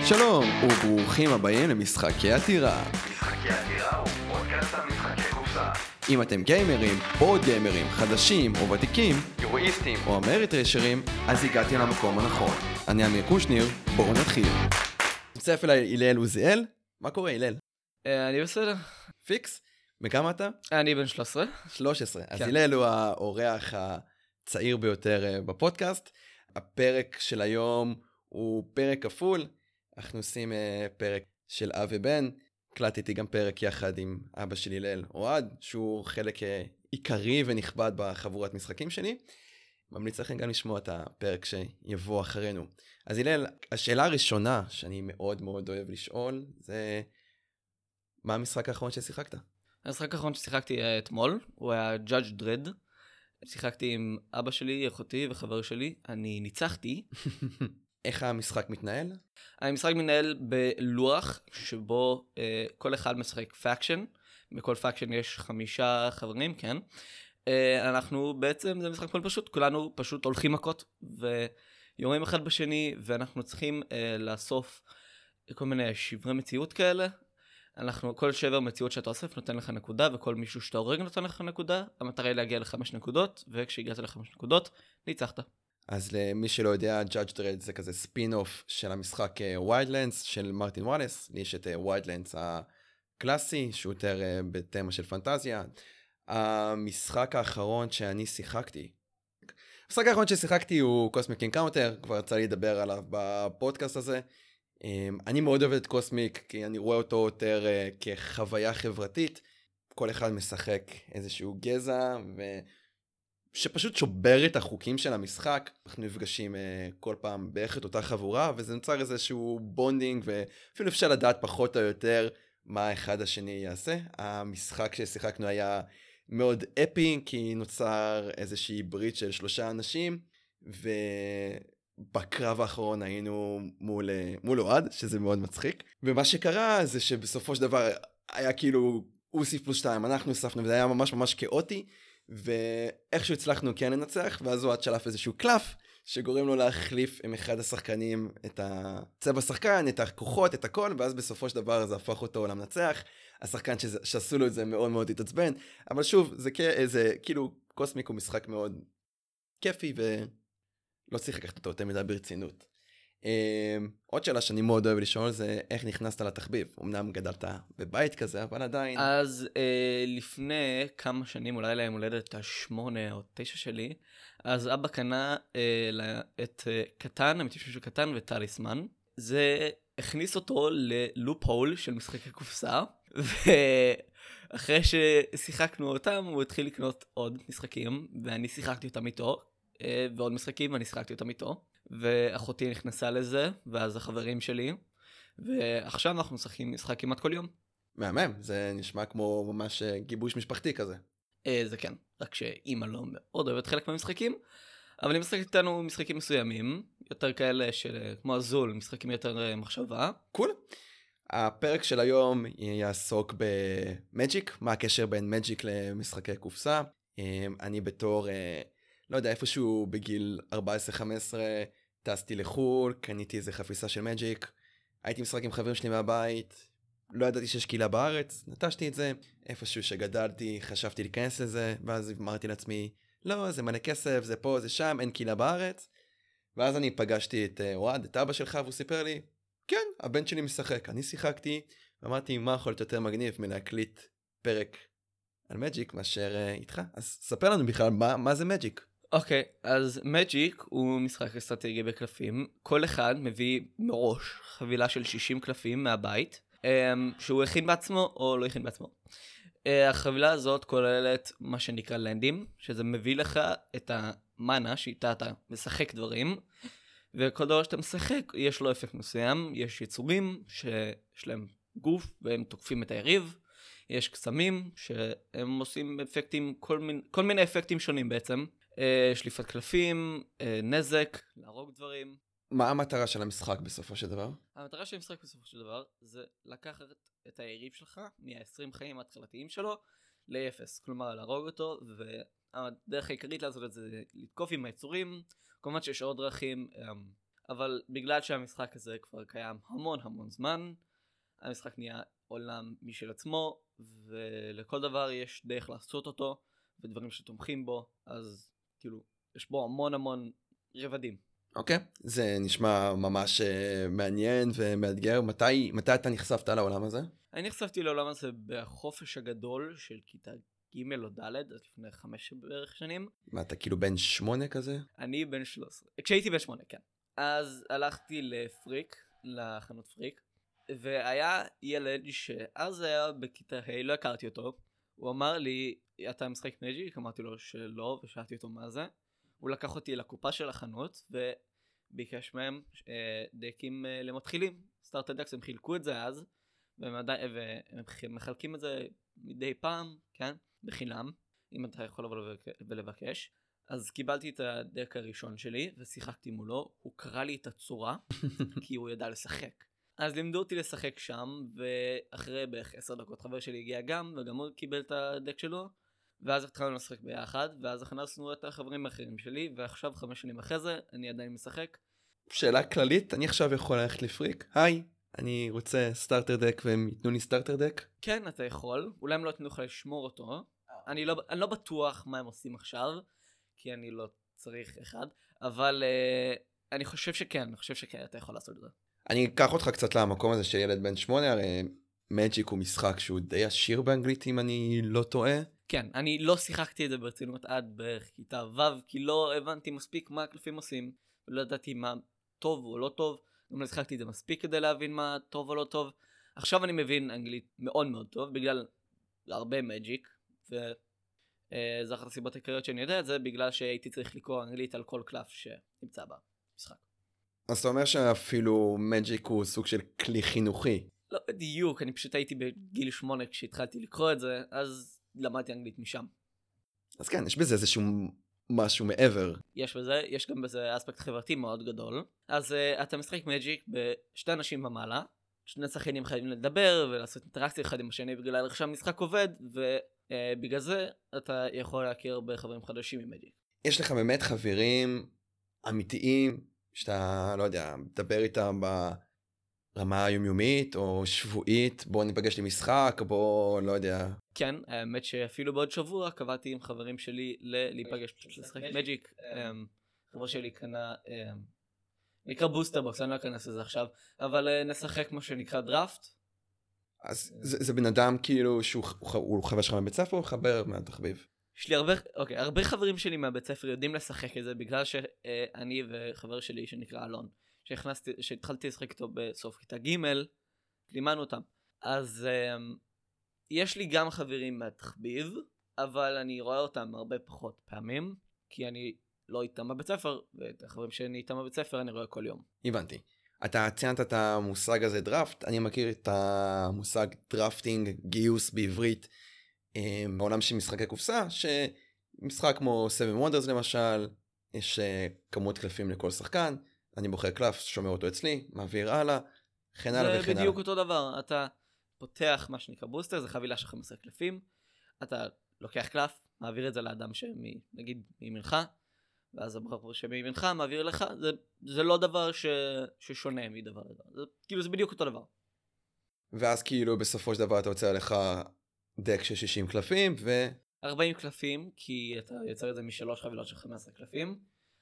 שלום, וברוכים הבאים למשחקי עתירה. משחקי עתירה הוא פודקאסט על משחקי קופסה. אם אתם גיימרים, בורד גיימרים, חדשים או ותיקים, יורואיסטים או אמריטרשרים, אז הגעתי למקום הנכון. אני אמיר קושניר, בואו נתחיל. נצטרף אליי הלל עוזיאל. מה קורה הלל? אני בסדר. פיקס? בכמה אתה? אני בן 13. 13. אז כן. הלל הוא האורח הצעיר ביותר בפודקאסט. הפרק של היום הוא פרק כפול. אנחנו עושים פרק של אב ובן. הקלטתי גם פרק יחד עם אבא של הלל אוהד, שהוא חלק עיקרי ונכבד בחבורת משחקים שלי. ממליץ לכם גם לשמוע את הפרק שיבוא אחרינו. אז הלל, השאלה הראשונה שאני מאוד מאוד אוהב לשאול, זה מה המשחק האחרון ששיחקת? המשחק האחרון ששיחקתי אתמול, הוא היה Judge Dredd. שיחקתי עם אבא שלי, אחותי וחבר שלי. אני ניצחתי. איך המשחק מתנהל? המשחק מתנהל בלוח שבו כל אחד משחק פאקשן. בכל פאקשן יש 5 חברים, כן. אנחנו בעצם, זה משחק מאוד פשוט, כולנו פשוט הולכים מכות ויורים אחד בשני, ואנחנו צריכים לאסוף כל מיני שברי מציאות כאלה. כל שבר מציאות שאתה אוסף נותן לך נקודה, וכל מישהו שאתה הורג נותן לך נקודה. המטרה היא להגיע ל5 נקודות, וכשהגעת ל5 נקודות, ניצחת. אז למי שלא יודע, Judge Dredd זה כזה ספין-אוף של המשחק Wildlands של מרטין וואלס. לי יש את Wildlands הקלאסי, שהוא יותר בתמה של פנטזיה. המשחק האחרון שאני שיחקתי, המשחק האחרון ששיחקתי הוא קוסמיק אינקאונטר, כבר יצא לי לדבר עליו בפודקאסט הזה. אני מאוד אוהב את קוסמיק, כי אני רואה אותו יותר כחוויה חברתית. כל אחד משחק איזשהו גזע, שפשוט שובר את החוקים של המשחק. אנחנו נפגשים כל פעם בערך את אותה חבורה, וזה נוצר איזשהו בונדינג, ואפילו אפשר לדעת פחות או יותר מה אחד השני יעשה. המשחק ששיחקנו היה מאוד אפי, כי נוצר איזושהי ברית של 3 אנשים, ובקרב האחרון היינו מול אוהד, שזה מאוד מצחיק. ומה שקרה זה שבסופו של דבר היה כאילו הוא הוסיף +2, אנחנו הוספנו, וזה היה ממש ממש כאוטי, ואיכשהו הצלחנו כן לנצח, ואז אוהד שלף איזשהו קלף, שגורם לו להחליף עם אחד השחקנים את הצבע שחקן, את הכוחות, את הכל, ואז בסופו של דבר זה הפך אותו למנצח. השחקן שעשו לו את זה מאוד מאוד התעצבן, אבל שוב, זה כאילו קוסמיק הוא משחק מאוד כיפי, ולא צריך לקחת אותו יותר מדי ברצינות. עוד שאלה שאני מאוד אוהב לשאול זה איך נכנסת לתחביב. אמנם גדלת בבית כזה, אבל עדיין. אז לפני כמה שנים, אולי ליום הולדת 8 או 9 שלי, אז אבא קנה את קטן, המתיישבים של קטן וטליסמן. זה הכניס אותו ללופ הול של משחקי קופסה, ואחרי ששיחקנו אותם הוא התחיל לקנות עוד משחקים, ואני שיחקתי אותם איתו, ועוד משחקים ואני שיחקתי אותם איתו, ואחותי נכנסה לזה, ואז החברים שלי, ועכשיו אנחנו משחקים כמעט כל יום. מהמם, זה נשמע כמו ממש גיבוש משפחתי כזה. זה כן, רק שאמא לא מאוד אוהבת חלק מהמשחקים, אבל היא משחקת איתנו משחקים מסוימים, יותר כאלה כמו הזול, משחקים יותר מחשבה. קול. הפרק של היום יעסוק במג'יק, מה הקשר בין מג'יק למשחקי קופסה. אני בתור, לא יודע, איפשהו בגיל 14-15, טסתי לחול, קניתי איזה חפיסה של מג'יק, הייתי משחק עם חברים שלי מהבית, לא ידעתי שיש קהילה בארץ, נטשתי את זה, איפשהו שגדלתי, חשבתי להיכנס לזה, ואז אמרתי לעצמי, לא, זה מלא כסף, זה פה, זה שם, אין קהילה בארץ. ואז אני פגשתי את אוהד, את אבא שלך, והוא סיפר לי, כן, הבן שלי משחק. אני שיחקתי, ואמרתי, מה יכול להיות יותר מגניב מלהקליט פרק על מג'יק מאשר איתך? אז ספר לנו בכלל, מה זה מג'יק? אוקיי, אז מג'יק הוא משחק אסטרטגי בקלפים. כל אחד מביא מראש חבילה של 60 קלפים מהבית, שהוא הכין בעצמו או לא הכין בעצמו. החבילה הזאת כוללת מה שנקרא לנדים, שזה מביא לך את המנה שאיתה אתה משחק דברים, וכל דבר שאתה משחק יש לו אפקט מסוים. יש יצורים שיש להם גוף והם תוקפים את היריב, יש קסמים שהם עושים אפקטים, כל מיני אפקטים שונים בעצם. שליפת קלפים, נזק, להרוג דברים. מה המטרה של המשחק בסופו של דבר? המטרה של המשחק בסופו של דבר זה לקחת את היריב שלך מה-20 חיים ההתחלתיים שלו ל-0, כלומר להרוג אותו, והדרך העיקרית לעשות את זה לתקוף עם היצורים. כמובן שיש עוד דרכים, אבל בגלל שהמשחק הזה כבר קיים המון זמן, המשחק נהיה עולם משל עצמו, ולכל דבר יש דרך לעשות אותו, ודברים שתומכים בו, אז כאילו, יש בו המון רבדים. אוקיי, זה נשמע ממש מעניין ומאתגר. מתי אתה נחשפת לעולם הזה? אני נחשפתי לעולם הזה בחופש הגדול של כיתה ג' או ד', אז לפני 5 בערך שנים. מה, אתה כאילו בן 8 כזה? אני בן 13. כשהייתי בן 8, כן. אז הלכתי לפריק, לחנות פריק, והיה ילד שאז היה בכיתה ה', לא הכרתי אותו. הוא אמר לי, אתה משחק מג'יק? אמרתי לו שלא, ושאלתי אותו מה זה. הוא לקח אותי לקופה של החנות, וביקש מהם דקים למתחילים. סטארטר דקס, הם חילקו את זה אז, והם מחלקים את זה מדי פעם, כן? בחינם, אם אתה יכול לבוא ולבקש. אז קיבלתי את הדק הראשון שלי, ושיחקתי מולו. הוא קרא לי את הצורה, כי הוא ידע לשחק. אז לימדו אותי לשחק שם, ואחרי בערך 10 דקות חבר שלי הגיע גם, וגם הוא קיבל את הדק שלו. ואז התחלנו לשחק ביחד, ואז הכנסנו את החברים האחרים שלי, ועכשיו 5 שנים אחרי זה, אני עדיין משחק. שאלה כללית, אני עכשיו יכול ללכת לפריק. היי, אני רוצה סטארטר דק והם ייתנו לי סטארטר דק? כן, אתה יכול. אולי הם לא יתנו לך לשמור אותו. אני לא בטוח מה הם עושים עכשיו, כי אני לא צריך אחד, אבל אני חושב שכן, אתה יכול לעשות את זה. אני אקח אותך קצת למקום הזה של ילד בן 8, הרי מג'יק הוא משחק שהוא די עשיר באנגלית אם אני לא טועה. כן, אני לא שיחקתי את זה ברצינות עד בערך כיתה ו', כי לא הבנתי מספיק מה הקלפים עושים, ולא ידעתי מה טוב או לא טוב, גם לא שיחקתי את זה מספיק כדי להבין מה טוב או לא טוב. עכשיו אני מבין אנגלית מאוד טוב, בגלל הרבה מג'יק, וזה אחת הסיבות העיקריות שאני יודע את זה, בגלל שהייתי צריך לקרוא אנגלית על כל קלף שנמצא במשחק. אז אתה אומר שאפילו מג'יק הוא סוג של כלי חינוכי. לא בדיוק, אני פשוט הייתי בגיל 8 כשהתחלתי לקרוא את זה, אז למדתי אנגלית משם. אז כן, יש בזה איזשהו משהו מעבר. יש גם בזה אספקט חברתי מאוד גדול. אז אתה משחק מג'יק בשתי אנשים ומעלה, שני שחקנים חייבים לדבר ולעשות אינטראקציה אחד עם השני בגלל איך שהמשחק עובד, ובגלל זה אתה יכול להכיר בחברים חדשים עם מג'יק. יש לך באמת חברים אמיתיים שאתה, לא יודע, מדבר איתם ברמה היומיומית או שבועית, בוא ניפגש למשחק, בוא, לא יודע. כן, האמת שאפילו בעוד שבוע קבעתי עם חברים שלי להיפגש לשחק מג'יק. חבר שלי קנה, נקרא בוסטר בוקס, אני לא אכנס לזה עכשיו, אבל נשחק מה שנקרא דראפט. אז זה בן אדם כאילו שהוא חבר שלך מהבית ספר או חבר מהתחביב? יש לי הרבה חברים שלי מהבית ספר יודעים לשחק את זה, בגלל שאני וחבר שלי שנקרא אלון, שהתחלתי לשחק איתו בסוף כיתה ג', לימדנו אותם. אז יש לי גם חברים מהתחביב, אבל אני רואה אותם הרבה פחות פעמים, כי אני לא איתם בבית ספר, ואת החברים שאני איתם בבית ספר אני רואה כל יום. הבנתי. אתה ציינת את המושג הזה דראפט, אני מכיר את המושג דראפטינג, גיוס בעברית, בעולם של משחקי קופסה, שמשחק כמו 7 Wonders למשל, יש כמות קלפים לכל שחקן, אני בוחר קלף, שומר אותו אצלי, מעביר הלאה, וכן הלאה וכן הלאה. זה בדיוק אותו דבר, אתה פותח מה שנקרא בוסטר, זה חבילה של 15 קלפים, אתה לוקח קלף, מעביר את זה לאדם שנגיד מימינך, ואז הבחור שמימינך מעביר לך, זה לא דבר ששונה מדבר לדבר, כאילו זה בדיוק אותו דבר. ואז כאילו בסופו של דבר אתה יוצא עליך דק של 60 קלפים 40 קלפים, כי אתה יוצר את זה מ3 חבילות של 15 קלפים,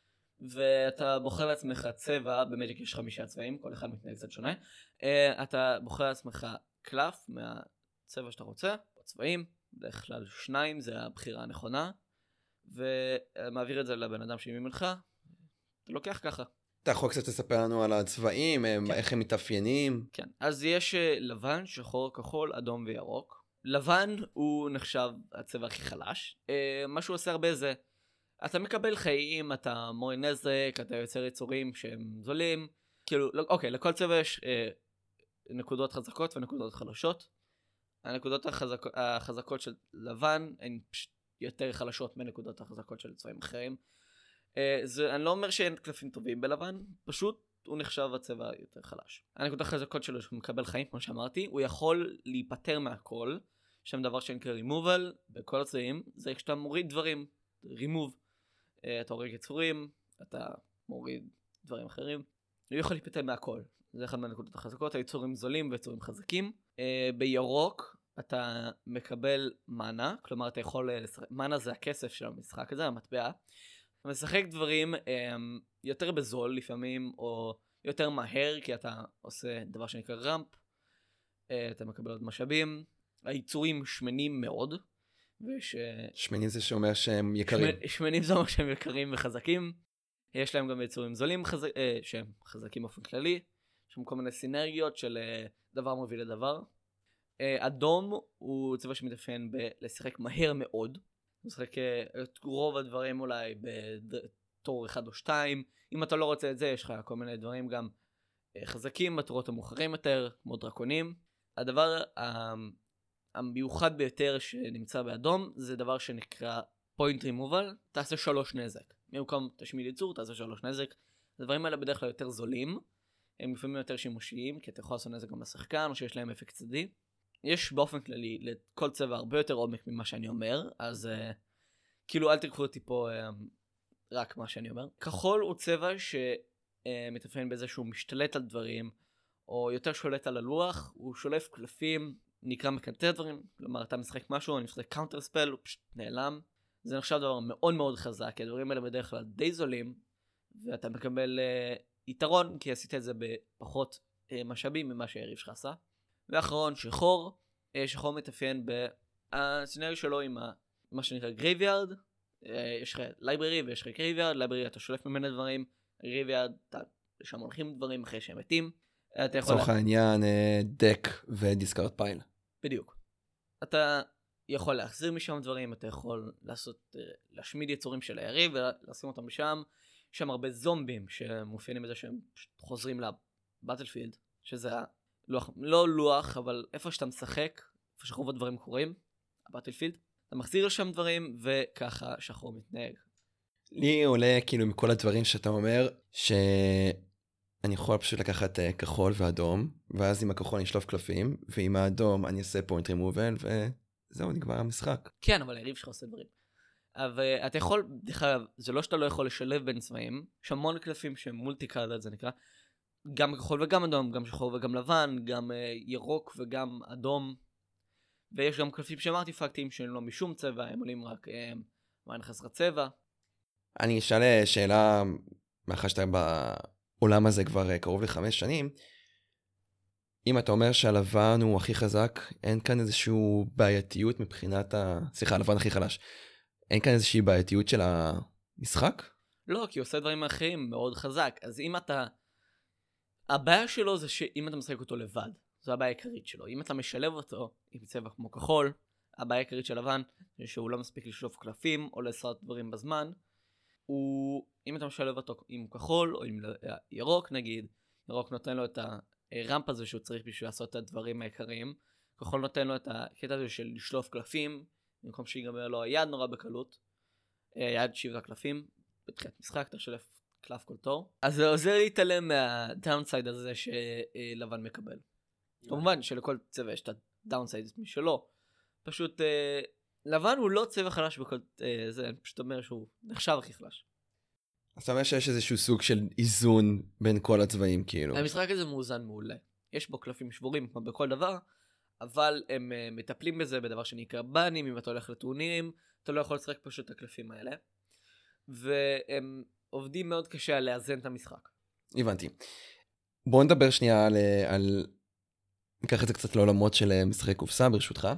ואתה בוחר לעצמך צבע, במג'יק יש 5 צבעים, כל אחד מתנהג קצת שונה, אתה בוחר לעצמך קלף מהצבע שאתה רוצה, או צבעים, בדרך כלל 2 זה הבחירה הנכונה, ומעביר את זה לבן אדם שמימינך, אתה לוקח ככה. אתה יכול קצת לספר לנו על הצבעים, כן. איך הם מתאפיינים? כן, אז יש לבן, שחור, כחול, אדום וירוק. לבן הוא נחשב הצבע הכי חלש. מה שהוא עושה הרבה זה, אתה מקבל חיים, אתה מוריד נזק, אתה יוצר יצורים שהם זולים. כאילו, אוקיי, לכל צבע יש נקודות חזקות ונקודות חלשות. הנקודות החזקות של לבן הן פשוט יותר חלשות מנקודות החזקות של צבעים אחרים. אני לא אומר שאין קלפים טובים בלבן, פשוט הוא נחשב הצבע יותר חלש. הנקודות החזקות שלו שהוא מקבל חיים, כמו שאמרתי, הוא יכול להיפטר מהכל, שם דבר שנקרא removal, בכל הצבעים, זה כשאתה מוריד דברים, remove, אתה הורג יצורים, אתה מוריד דברים אחרים, הוא יכול להיפטר מהכל. זה אחד מהנקודות החזקות, היצורים זולים ויצורים חזקים. בירוק אתה מקבל מנה, כלומר אתה יכול מנה זה הכסף של המשחק הזה, המטבע. אתה משחק דברים יותר בזול לפעמים, או יותר מהר, כי אתה עושה דבר שנקרא רמפ. אתה מקבל עוד משאבים. היצורים שמנים מאוד. שמנים זה שאומר שהם יקרים. שמנים זה אומר שהם יקרים וחזקים. יש להם גם יצורים זולים שהם חזקים באופן כללי. יש שם כל מיני סינרגיות של דבר מוביל לדבר. אדום הוא צבע שמתאפיין בלשחק מהר מאוד. הוא משחק את רוב הדברים אולי בתור 1 או 2. אם אתה לא רוצה את זה, יש לך כל מיני דברים גם חזקים, בתורות המאוחרים יותר, כמו דרקונים. הדבר המיוחד ביותר שנמצא באדום, זה דבר שנקרא point removal, תעשה 3 נזק. במקום תשמיד יצור, תעשה 3 נזק. הדברים האלה בדרך כלל יותר זולים, הם לפעמים יותר שימושיים, כי אתה יכול לעשות נזק גם לשחקן, או שיש להם אפקט צדדי. יש באופן כללי לכל צבע הרבה יותר עומק ממה שאני אומר, אז כאילו אל תקחו אותי פה רק מה שאני אומר. כחול הוא צבע שמתאפיין בזה שהוא משתלט על דברים, או יותר שולט על הלוח, הוא שולף קלפים, נקרא מקנטר דברים, כלומר אתה משחק משהו, אני משחק קאונטר ספל, הוא פשוט נעלם. זה נחשב דבר מאוד מאוד חזק, כי הדברים האלה בדרך כלל די זולים, ואתה מקבל יתרון, כי עשית את זה בפחות משאבים ממה שהיריב שלך עשה. ואחרון, שחור. שחור מתאפיין בסצנריו שלו עם מה שנקרא גרייביארד. יש לך לייבררי ויש לך גרייביארד. לייבררי אתה שולף ממנה דברים, גרייביארד אתה שם הולכים דברים אחרי שהם מתים. לצורך העניין דק ודיסקארד פייל. בדיוק. אתה יכול להחזיר משם דברים, אתה יכול להשמיד יצורים של היריב ולשים אותם משם. יש שם הרבה זומבים שמאופיינים בזה שהם חוזרים לבטלפילד, שזה לא לוח, אבל איפה שאתה משחק, איפה שרוב הדברים קורים, הבטלפילד, אתה מחזיר לשם דברים, וככה שחור מתנהג. לי עולה כאילו מכל הדברים שאתה אומר, שאני יכול פשוט לקחת כחול ואדום, ואז עם הכחול אני אשלוף קלפים, ועם האדום אני אעשה פוינט רימובל, וזהו, נגמר המשחק. כן, אבל היריב שלך עושה דברים. אבל אתה יכול, זה לא שאתה לא יכול לשלב בין צבעים, יש המון קלפים שהם מולטי קלרד, זה נקרא, גם כחול וגם אדום, גם שחור וגם לבן, גם ירוק וגם אדום. ויש גם קלפים שהם ארטיפקטים שהם לא משום צבע, הם עולים רק מעין חסרת צבע. אני אשאל שאלה, מאחר שאתה בעולם הזה כבר קרוב ל5 שנים, אם אתה אומר שהלבן הוא הכי חזק, אין כאן איזושהי בעייתיות מבחינת סליחה, הלבן הכי חלש. אין כאן איזושהי בעייתיות של המשחק? לא, כי הוא עושה דברים אחרים מאוד חזק. אז אם אתה... הבעיה שלו זה שאם אתה משחק אותו לבד, זו הבעיה העיקרית שלו. אם אתה משלב אותו עם צבע כמו כחול, הבעיה העיקרית של לבן זה שהוא לא מספיק לשלוף קלפים או לעשות דברים בזמן. אם אתה משלב אותו עם כחול או עם ירוק נגיד, ירוק נותן לו את הרמפ הזה שהוא צריך בשביל לעשות את הדברים העיקריים. כחול נותן לו את הקטע הזה של לשלוף קלפים, במקום שיגמר לו היד נורא בקלות. יד 7 קלפים, בתחילת משחק אתה שולף קלף כל תור. אז זה עוזר להתעלם מהדאונסייד הזה שלבן מקבל. כמובן שלכל צבע יש את הדאונסייד משלו. פשוט לבן הוא לא צבע חלש בכל זה, אני פשוט אומר שהוא נחשב הכי חלש. אז אתה אומר שיש איזשהו סוג של איזון בין כל הצבעים כאילו. המשחק הזה מאוזן מעולה. יש בו קלפים שבורים כמו בכל דבר, אבל הם מטפלים בזה בדבר שנקרא בנים. אם אתה הולך לטורנירים, אתה לא יכול לשחק פשוט את הקלפים האלה. והם עובדים מאוד קשה על לאזן את המשחק. הבנתי. בואו נדבר שנייה על... ניקח את זה קצת לעולמות של משחקי קופסה ברשותך.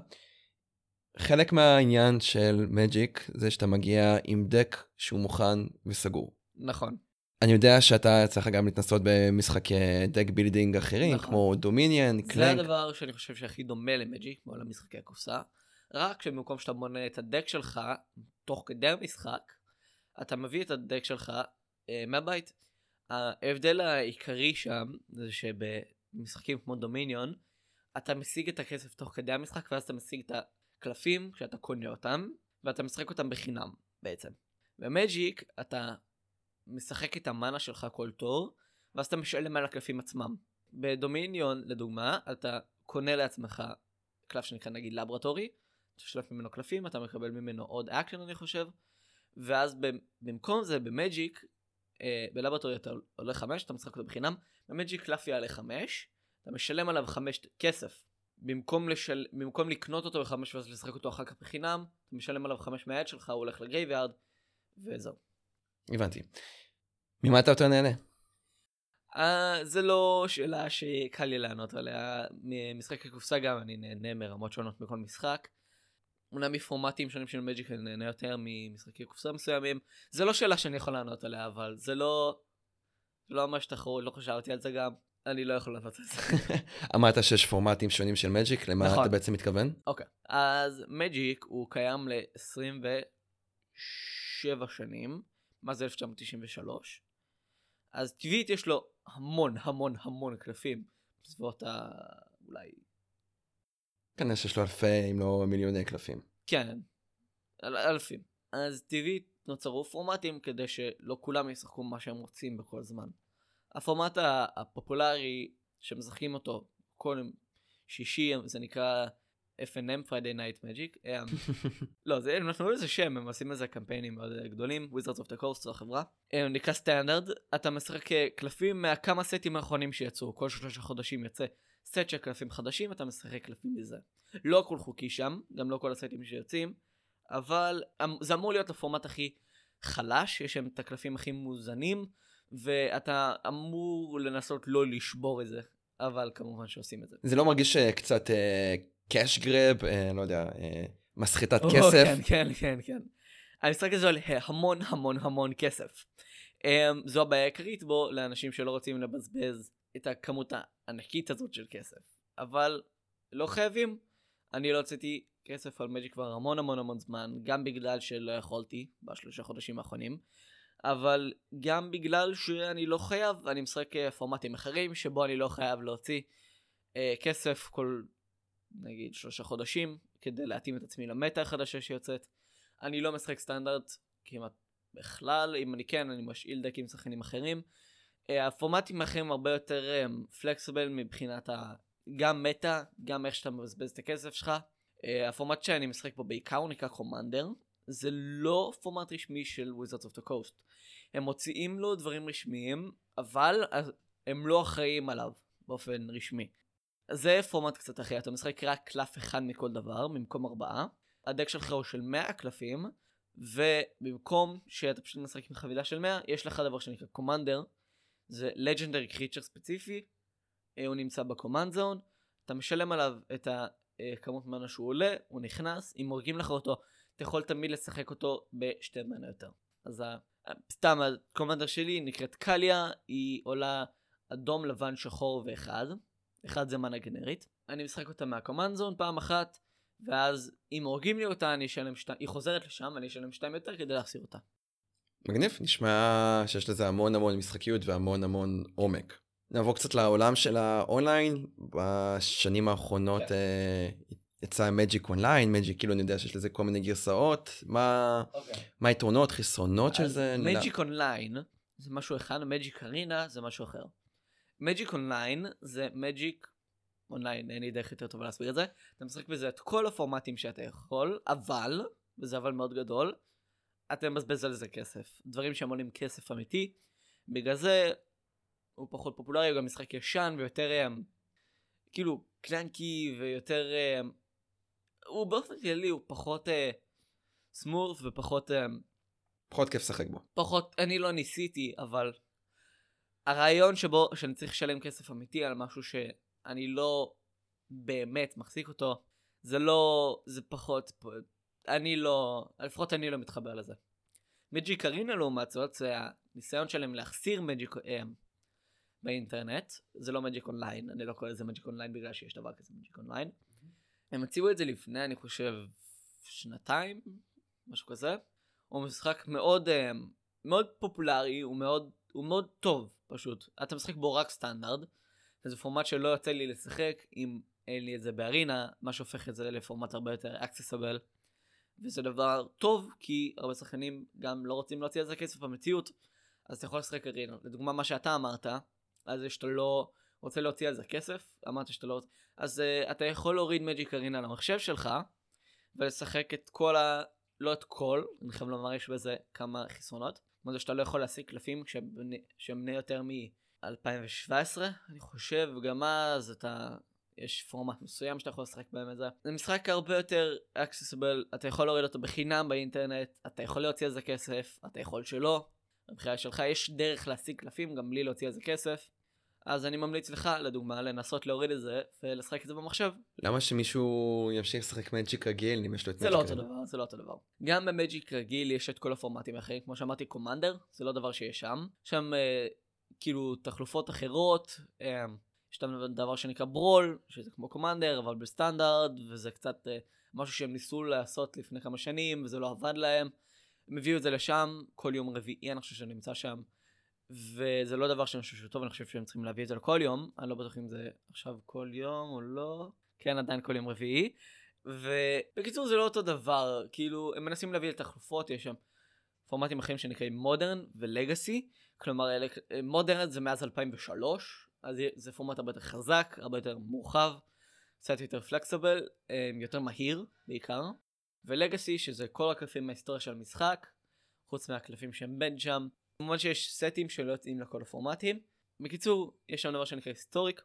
חלק מהעניין של מג'יק זה שאתה מגיע עם דק שהוא מוכן וסגור. נכון. אני יודע שאתה צריך גם להתנסות במשחקי דק בילדינג אחרים, נכון. כמו דומיניאן, קלנק. זה הדבר שאני חושב שהכי דומה למג'יק, כמו למשחקי הקופסה. רק שבמקום שאתה בונה את הדק שלך, תוך כדי המשחק, אתה מביא את הדק שלך מהבית. ההבדל העיקרי שם, זה שבמשחקים כמו דומיניון, אתה משיג את הכסף תוך כדי המשחק, ואז אתה משיג את הקלפים כשאתה קונה אותם, ואתה משחק אותם בחינם בעצם. במג'יק אתה משחק את המנה שלך כל תור, ואז אתה משלם על הקלפים עצמם. בדומיניון, לדוגמה, אתה קונה לעצמך קלף שנקרא נגיד לברטורי, אתה שולף ממנו קלפים, אתה מקבל ממנו עוד אקשן אני חושב, ואז במקום זה במג'יק, בלאבוטורי אתה עולה 5, אתה משחק אותו בחינם, במג'יק קלף יעלה 5, אתה משלם עליו 5 כסף. במקום לקנות אותו ב5 ואז לשחק אותו אחר כך בחינם, אתה משלם עליו 5 מהיד שלך, הוא הולך לגרייביארד, וזהו. הבנתי. ממה אתה יותר נהנה? זה לא שאלה שקל לי לענות עליה. ממשחק הקופסה גם אני נהנה מרמות שונות בכל משחק. אומנם מפורמטים שונים של מג'יק אני נהנה יותר ממשחקי קופסה מסוימים. זה לא שאלה שאני יכול לענות עליה, אבל זה לא ממש תחרות, לא חשבתי על זה גם. אני לא יכול לענות על זה. אמרת שיש פורמטים שונים של מג'יק, למה נכון. אתה בעצם מתכוון? אוקיי. אז מג'יק הוא קיים ל-27 שנים, מה זה 1993. אז טבעית יש לו המון קלפים, בסביבות אולי... כנראה שיש לו אלפי, אם לא מיליוני קלפים. כן, אלפים. אז טבעית נוצרו פורמטים כדי שלא כולם ישחקו מה שהם רוצים בכל זמן. הפורמט הפופולרי שמשחקים אותו כל שישי, זה נקרא FNM, Friday Night Magic. לא, הם נתנו לזה שם, הם עושים לזה קמפיינים מאוד גדולים, Wizards of the Coast זו החברה. נקרא סטנדרט, אתה משחק קלפים מהכמה סטים האחרונים שיצאו, כל 3 חודשים יצא סט של קלפים חדשים, אתה משחק קלפים מזה. לא הכל חוקי שם, גם לא כל הסטים שיוצאים, אבל זה אמור להיות הפורמט הכי חלש, יש שם את הקלפים הכי מוזנים, ואתה אמור לנסות לא לשבור את זה, אבל כמובן שעושים את זה. זה לא מרגיש קצת קאש גרב, לא יודע, מסחטת כסף? כן. המשחק הזה עולה המון כסף. זו הבעיה העיקרית בו לאנשים שלא רוצים לבזבז את הכמות הענקית הזאת של כסף. אבל לא חייבים. אני לא הוצאתי כסף על מג'יק כבר המון זמן, גם בגלל שלא יכולתי ב3 חודשים האחרונים, אבל גם בגלל שאני לא חייב, אני משחק פורמטים אחרים שבו אני לא חייב להוציא כסף כל נגיד 3 חודשים כדי להתאים את עצמי למטה החדשה שיוצאת. אני לא משחק סטנדרט כמעט בכלל, אם אני כן אני משאיל דקים שחקנים אחרים. הפורמטים האחרים הרבה יותר פלקסיבל מבחינת גם מטה, גם איך שאתה מבזבז את הכסף שלך. הפורמט שאני משחק פה בעיקר הוא נקרא קומנדר, זה לא פורמט רשמי של Wizards of the Coast. הם מוציאים לו דברים רשמיים, אבל הם לא אחראים עליו באופן רשמי. זה פורמט קצת אחר, אתה משחק רק קלף אחד מכל דבר, במקום 4. הדק שלך הוא של 100 קלפים, ובמקום שאתה פשוט משחק עם חבילה של 100, יש לך דבר שנקרא קומנדר, זה Legendary Creature ספציפי, הוא נמצא בקומנד זון, אתה משלם עליו את הכמות מנה שהוא עולה, הוא נכנס, אם מורגים לך אותו, אתה יכול תמיד לשחק אותו בשתי מנה יותר. אז סתם הקומנדר שלי נקראת קליה, היא עולה אדום, לבן, שחור ואחד. אחד זה מנה גנרית. אני משחק אותה מהקומנד זון פעם אחת, ואז אם הורגים לי אותה, אני אשלם 2, היא חוזרת לשם, אני אשלם 2 יותר כדי להחסיר אותה. מגניב, נשמע שיש לזה המון משחקיות והמון עומק. נעבור קצת לעולם של האונליין, בשנים האחרונות יצא מג'יק אונליין, מג'יק כאילו אני יודע שיש לזה כל מיני גרסאות, מה היתרונות, חסרונות של זה? מג'יק אונליין זה משהו אחד, מג'יק ארינה זה משהו אחר. מג'יק אונליין זה מג'יק אונליין, אין לי דרך יותר טובה להסביר את זה, אתה משחק בזה את כל הפורמטים שאתה יכול, אבל, וזה אבל מאוד גדול, אתה מבזבז על זה כסף, דברים שהם עולים כסף אמיתי, בגלל זה הוא פחות פופולרי, הוא גם משחק ישן ויותר כאילו קלנקי ויותר הוא באופן כללי הוא פחות סמורף ופחות כיף לשחק בו. פחות, אני לא ניסיתי, אבל הרעיון שבו שאני צריך לשלם כסף אמיתי על משהו שאני לא באמת מחזיק אותו, זה לא, זה פחות, לפחות אני לא מתחבר לזה. מג'יק ארינה לעומת זאת, זה הניסיון שלהם להחסיר מג'יק באינטרנט, זה לא מג'יק אונליין, אני לא קורא לזה מג'יק אונליין בגלל שיש דבר כזה מג'יק אונליין. הם הציבו את זה לפני, אני חושב, 2, משהו כזה. הוא משחק מאוד פופולרי, הוא מאוד טוב פשוט. אתה משחק בו רק סטנדרט, וזה פורמט שלא יוצא לי לשחק אם אין לי את זה בארינה, מה שהופך את זה לפורמט הרבה יותר accessible. וזה דבר טוב, כי הרבה שחקנים גם לא רוצים להוציא על זה כסף במציאות, אז אתה יכול לשחק ארינה. לדוגמה מה שאתה אמרת, אז שאתה לא רוצה להוציא על זה כסף, אמרת שאתה לא רוצה, אז אתה יכול להוריד מג'יק ארינה למחשב שלך, ולשחק את כל לא את כל, אני חייב לומר יש בזה כמה חסרונות, כמו זה שאתה לא יכול להשיג קלפים שהם בני יותר מ-2017, אני חושב, וגם אז יש פורמט מסוים שאתה יכול לשחק בהם את זה. זה משחק הרבה יותר accessible, אתה יכול להוריד אותו בחינם באינטרנט, אתה יכול להוציא על זה כסף, אתה יכול שלא. בבחירה שלך יש דרך להשיג קלפים גם בלי להוציא על זה כסף. אז אני ממליץ לך, לדוגמה, לנסות להוריד את זה ולשחק את זה במחשב. למה שמישהו ימשיך לשחק מג'יק רגיל אם יש לו את זה מג'יק לא אותו דבר, זה לא אותו דבר. גם במג'יק רגיל יש את כל הפורמטים האחרים, כמו שאמרתי, קומנדר, זה לא דבר שיש שם. שם כאילו תחלופות אחרות, יש שם דבר שנקרא ברול, שזה כמו קומנדר, אבל בסטנדרט, וזה קצת משהו שהם ניסו לעשות לפני כמה שנים, וזה לא עבד להם. הם הביאו את זה לשם, כל יום רביעי אני חושב שאני נמצא שם, וזה לא דבר שאני חושב שהוא טוב, אני חושב שהם צריכים להביא את זה לכל יום, אני לא בטוח אם זה עכשיו כל יום או לא, כן עדיין כל יום רביעי, ובקיצור זה לא אותו דבר, כאילו הם מנסים להביא לתחלופות, יש שם פורמטים אחרים שנקראים מודרן ולגאסי, כלומר מודרן זה מאז 2003, אז זה פורמט הרבה יותר חזק, הרבה יותר מורחב, קצת יותר פלקסיבל, יותר מהיר בעיקר, ולגאסי שזה כל הקלפים מההיסטוריה של המשחק, חוץ מהקלפים שהם בין שם, כמובן שיש סטים שלא יוצאים לכל הפורמטים. בקיצור, יש שם דבר שנקרא היסטוריק,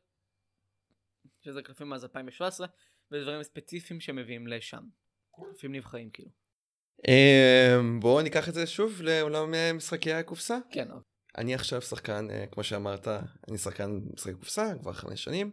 שזה קלפים מאז 2017, ודברים ספציפיים שמביאים לשם. קלפים נבחרים כאילו. בואו ניקח את זה שוב לעולם משחקי הקופסה. כן. אני עכשיו שחקן, כמו שאמרת, אני שחקן משחקי קופסה כבר 5 שנים.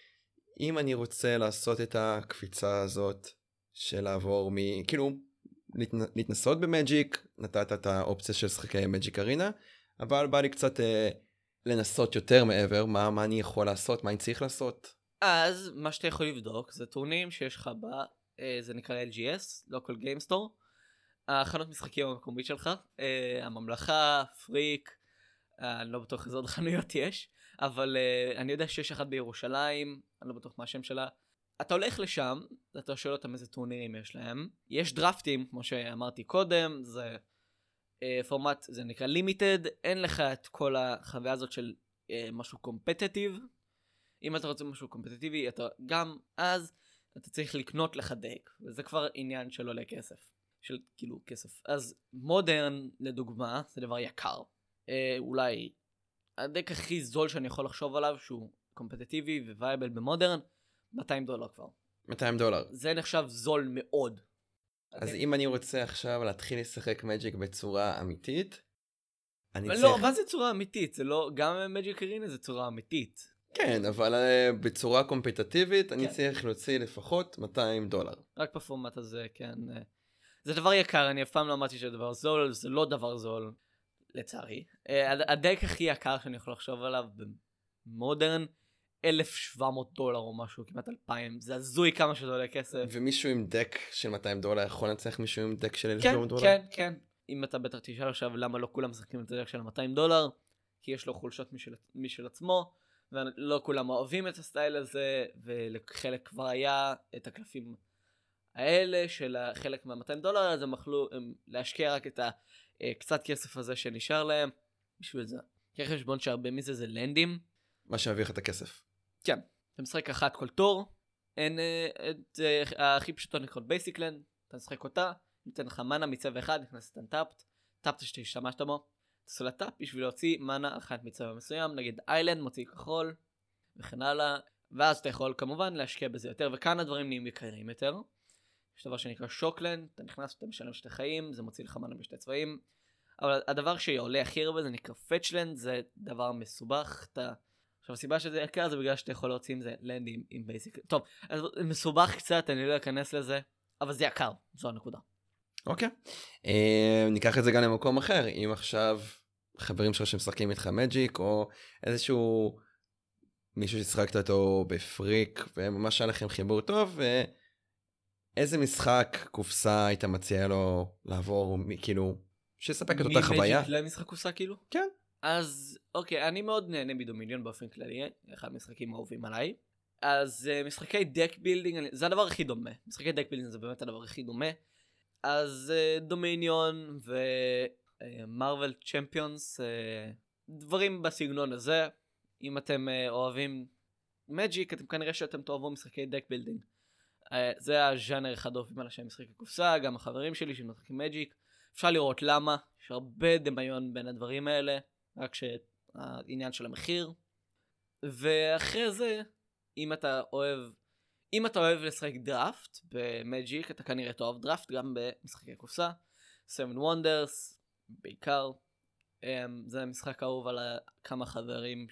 אם אני רוצה לעשות את הקפיצה הזאת של לעבור כאילו להתנסות במג'יק, נתת את האופציה של שחקי מג'יק ארינה, אבל בא לי קצת לנסות יותר מעבר, מה אני יכול לעשות, מה אני צריך לעשות. אז מה שאתה יכול לבדוק זה טורנירים שיש לך זה נקרא LGS, Local Game Store, החנות משחקים המקומית שלך, הממלכה, פריק, אני לא בטוח איזה עוד חנויות יש, אבל אני יודע שיש אחת בירושלים, אני לא בטוח מה השם שלה. אתה הולך לשם, אתה שואל אותם איזה טורנירים יש להם. יש דרפטים, כמו שאמרתי קודם, זה פורמט, זה נקרא לימיטד, אין לך את כל החוויה הזאת של משהו קומפטטיב. אם אתה רוצה משהו קומפטטיבי, אז אתה צריך לקנות לך דק, וזה כבר עניין של עולה כסף. של כאילו כסף. אז מודרן, לדוגמה, זה דבר יקר. אולי הדק הכי זול שאני יכול לחשוב עליו, שהוא קומפטטיבי ווייבל במודרן, $200 כבר. $200. זה נחשב זול מאוד. אז אם אני רוצה עכשיו להתחיל לשחק מג'יק בצורה אמיתית, אני צריך... לא, מה זה צורה אמיתית? זה לא, גם מג'יק ארינה זה צורה אמיתית. כן, אבל בצורה קומפטטיבית אני צריך להוציא לפחות $200. רק בפורמט הזה, כן. זה דבר יקר, אני אף פעם לא אמרתי שזה דבר זול, זה לא דבר זול, לצערי. הדק הכי יקר שאני יכול לחשוב עליו במודרן, $1,700 או משהו, כמעט 2,000, זה הזוי כמה שזה עולה כסף. ומישהו עם דק של $200 יכול לנצח מישהו עם דק של $1,700? כן, כן. אם אתה בטח תשאל עכשיו למה לא כולם משחקים את הדק של $200, כי יש לו חולשות משל עצמו, ולא כולם אוהבים את הסטייל הזה, ולחלק כבר היה את הקלפים האלה של חלק מה$200, אז הם יכלו להשקיע רק את הקצת כסף הזה שנשאר להם, בשביל זה. כי חשבון שהרבה מזה זה לנדים. מה שיביא לך את הכסף. כן, אתה משחק אחת כל טור, הכי פשוטו נקרא בייסיק לנד, אתה משחק אותה, ניתן לך מנה מצבע אחד, נכנסת אנטאפט, טאפט שתשתמשת בו, אתה עושה לטאפ בשביל להוציא מנה אחת מצבע מסוים, נגיד איילנד מוציא כחול, וכן הלאה, ואז אתה יכול כמובן להשקיע בזה יותר, וכאן הדברים נהיים יקרים יותר. יש דבר שנקרא שוקלנד, אתה נכנס, אתה משלם 2 חיים, זה מוציא לך מנה בשתי צבעים, אבל הדבר שעולה הכי הרבה זה נקרא פאצ'לנד, זה דבר מסובך, עכשיו הסיבה שזה יקר זה בגלל שאתה יכול להוציא עם זה לנדים עם בייסיק. טוב, אז מסובך קצת, אני לא אכנס לזה, אבל זה יקר, זו הנקודה. אוקיי. ניקח את זה גם למקום אחר, אם עכשיו חברים שלך שמשחקים איתך מג'יק, או איזשהו מישהו ששחקת אותו בפריק, וממש היה לכם חיבור טוב, ואיזה משחק קופסה היית מציע לו לעבור, כאילו, שיספק את אותה חוויה? ממג'יק למשחק קופסה כאילו? כן. אז אוקיי, אני מאוד נהנה מדומיניון באופן כללי, אחד המשחקים האהובים עליי. אז משחקי דק בילדינג, זה הדבר הכי דומה. משחקי דק בילדינג זה באמת הדבר הכי דומה. אז דומיניון ומרוול צ'מפיונס, דברים בסגנון הזה. אם אתם אוהבים מג'יק, אתם כנראה שאתם תאהבו משחקי דק בילדינג. זה הז'אנר אחד אוהבים על השם משחקי קופסה, גם החברים שלי שמשחקים מג'יק. אפשר לראות למה, יש הרבה דמיון בין הדברים האלה, רק שהעניין של המחיר. ואחרי זה, אם אתה אוהב לשחק דראפט במג'יק, אתה כנראה תאהב דראפט גם במשחקי קופסה. 7 Wonders, בעיקר. זה משחק אהוב על כמה חברים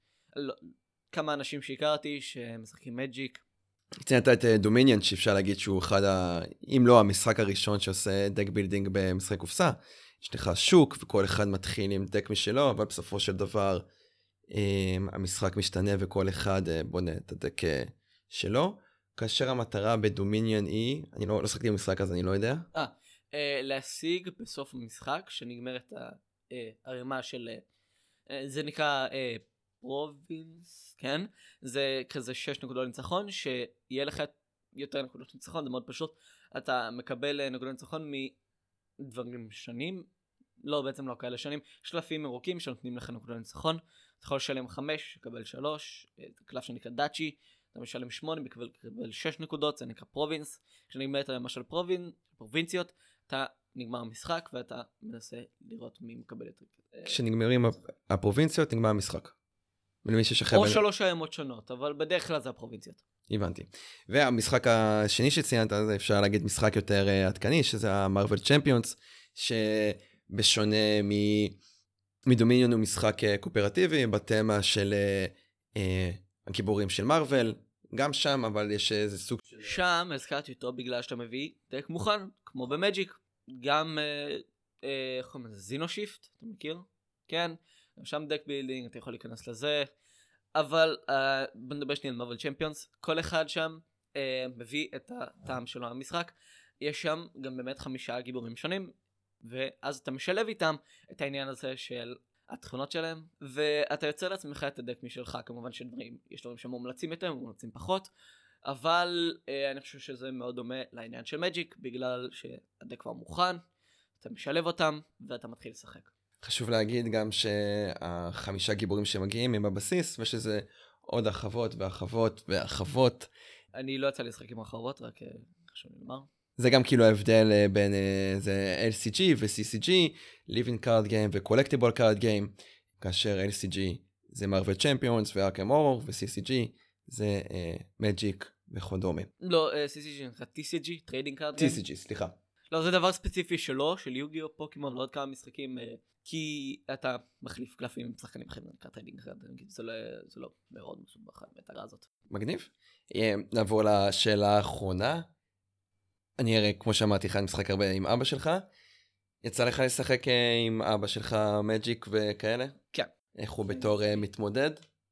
כמה אנשים שהכרתי שמשחקים מג'יק. ציינת את דומיניון, שאפשר להגיד שהוא אחד אם לא המשחק הראשון שעושה דק בילדינג במשחק קופסה. יש לך שוק וכל אחד מתחיל עם דק משלו, אבל בסופו של דבר המשחק משתנה וכל אחד בונה את הדק שלו. כאשר המטרה בדומיניון היא, אני לא שחקתי במשחק אז אני לא יודע. להשיג בסוף המשחק שנגמרת הערימה של, זה נקרא פרובינס, כן? זה כזה 6 נקודות ניצחון, שיהיה לך יותר נקודות ניצחון, זה מאוד פשוט. אתה מקבל נקודות ניצחון מדברים שונים, לא, בעצם לא כאלה שונים, שלפים ירוקים שנותנים לך נקודות ניצחון. אתה יכול לשלם 5, לקבל 3, קלף שנקרא דאצ'י, אתה משלם 8, מקבל 6 נקודות, זה נקרא פרובינס. כשנגמרת למשל פרובינציות, אתה נגמר המשחק ואתה מנסה לראות מי מקבל את זה. כשנגמרים הפרובינציות, נגמר המשחק. או 3 העמות שונות, אבל בדרך כלל זה הפרובינציות. הבנתי. והמשחק השני שציינת, זה אפשר להגיד משחק יותר עדכני, שזה המרוול צ'מפיונס, שבשונה מדומיניון הוא משחק קואופרטיבי, בתמה של הגיבורים של מרוול, גם שם, אבל יש איזה סוג של... שם הזכרתי אותו בגלל שאתה מביא דק מוכן, כמו במג'יק. גם, איך קוראים לזה? זינו שיפט, אתה מכיר? כן. שם דק בילדינג, אתה יכול להיכנס לזה. אבל בוא נדבר שנייה על מרוול צ'מפיונס. כל אחד שם מביא את הטעם שלו למשחק. יש שם גם באמת 5 גיבורים שונים, ואז אתה משלב איתם את העניין הזה של התכונות שלהם, ואתה יוצר לעצמך את הדק משלך. כמובן יש דברים שמומלצים יותר, מומלצים פחות, אבל אני חושב שזה מאוד דומה לעניין של מג'יק, בגלל שהדק כבר מוכן, אתה משלב אותם ואתה מתחיל לשחק. חשוב להגיד גם שה5 גיבורים שמגיעים הם בבסיס, ושזה עוד הרחבות והרחבות והרחבות. אני לא יצא לשחק עם הרחבות, רק חשוב לומר. זה גם כאילו ההבדל בין זה LCG ו-CCG, Living Card Game ו-Collectible Card Game, כאשר LCG זה Marvel Champions ו-Arkham Horror, ו-CCG זה Magic וכדומה. לא, CCG נקרא TCG, Trading Card Game. TCG, סליחה. לא, זה דבר ספציפי שלו, של יוגי-או, פוקימון ועוד כמה משחקים, כי אתה מחליף קלפים עם שחקנים אחרים, נקרא טריידינג קארד, זה לא מאוד מסובך המטרה הזאת. מגניב. נעבור לשאלה האחרונה. אני הרי, כמו שאמרתי, אחד משחק הרבה עם אבא שלך. יצא לך לשחק עם אבא שלך מג'יק וכאלה? כן. איך הוא בתור מתמודד?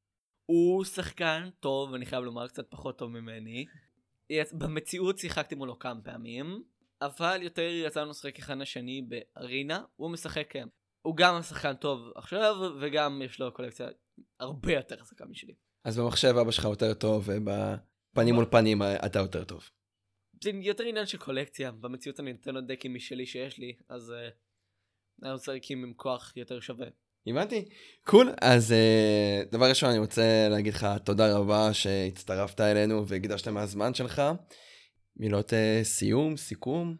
הוא שחקן טוב, אני חייב לומר קצת פחות טוב ממני. במציאות שיחקתי מולו כמה פעמים, אבל יותר יצאנו לשחק אחד השני בארינה. הוא משחק, הוא גם שחקן טוב עכשיו, וגם יש לו קולקציה הרבה יותר חזקה משלי. אז במחשב אבא שלך יותר טוב, ובפנים מול פנים אתה יותר טוב. זה יותר עניין של קולקציה. במציאות אני נותן לו דקים משלי שיש לי, אז אנחנו משחקים עם כוח יותר שווה. הבנתי. קול. אז דבר ראשון אני רוצה להגיד לך תודה רבה שהצטרפת אלינו והקדשת מהזמן שלך. מילות סיום, סיכום.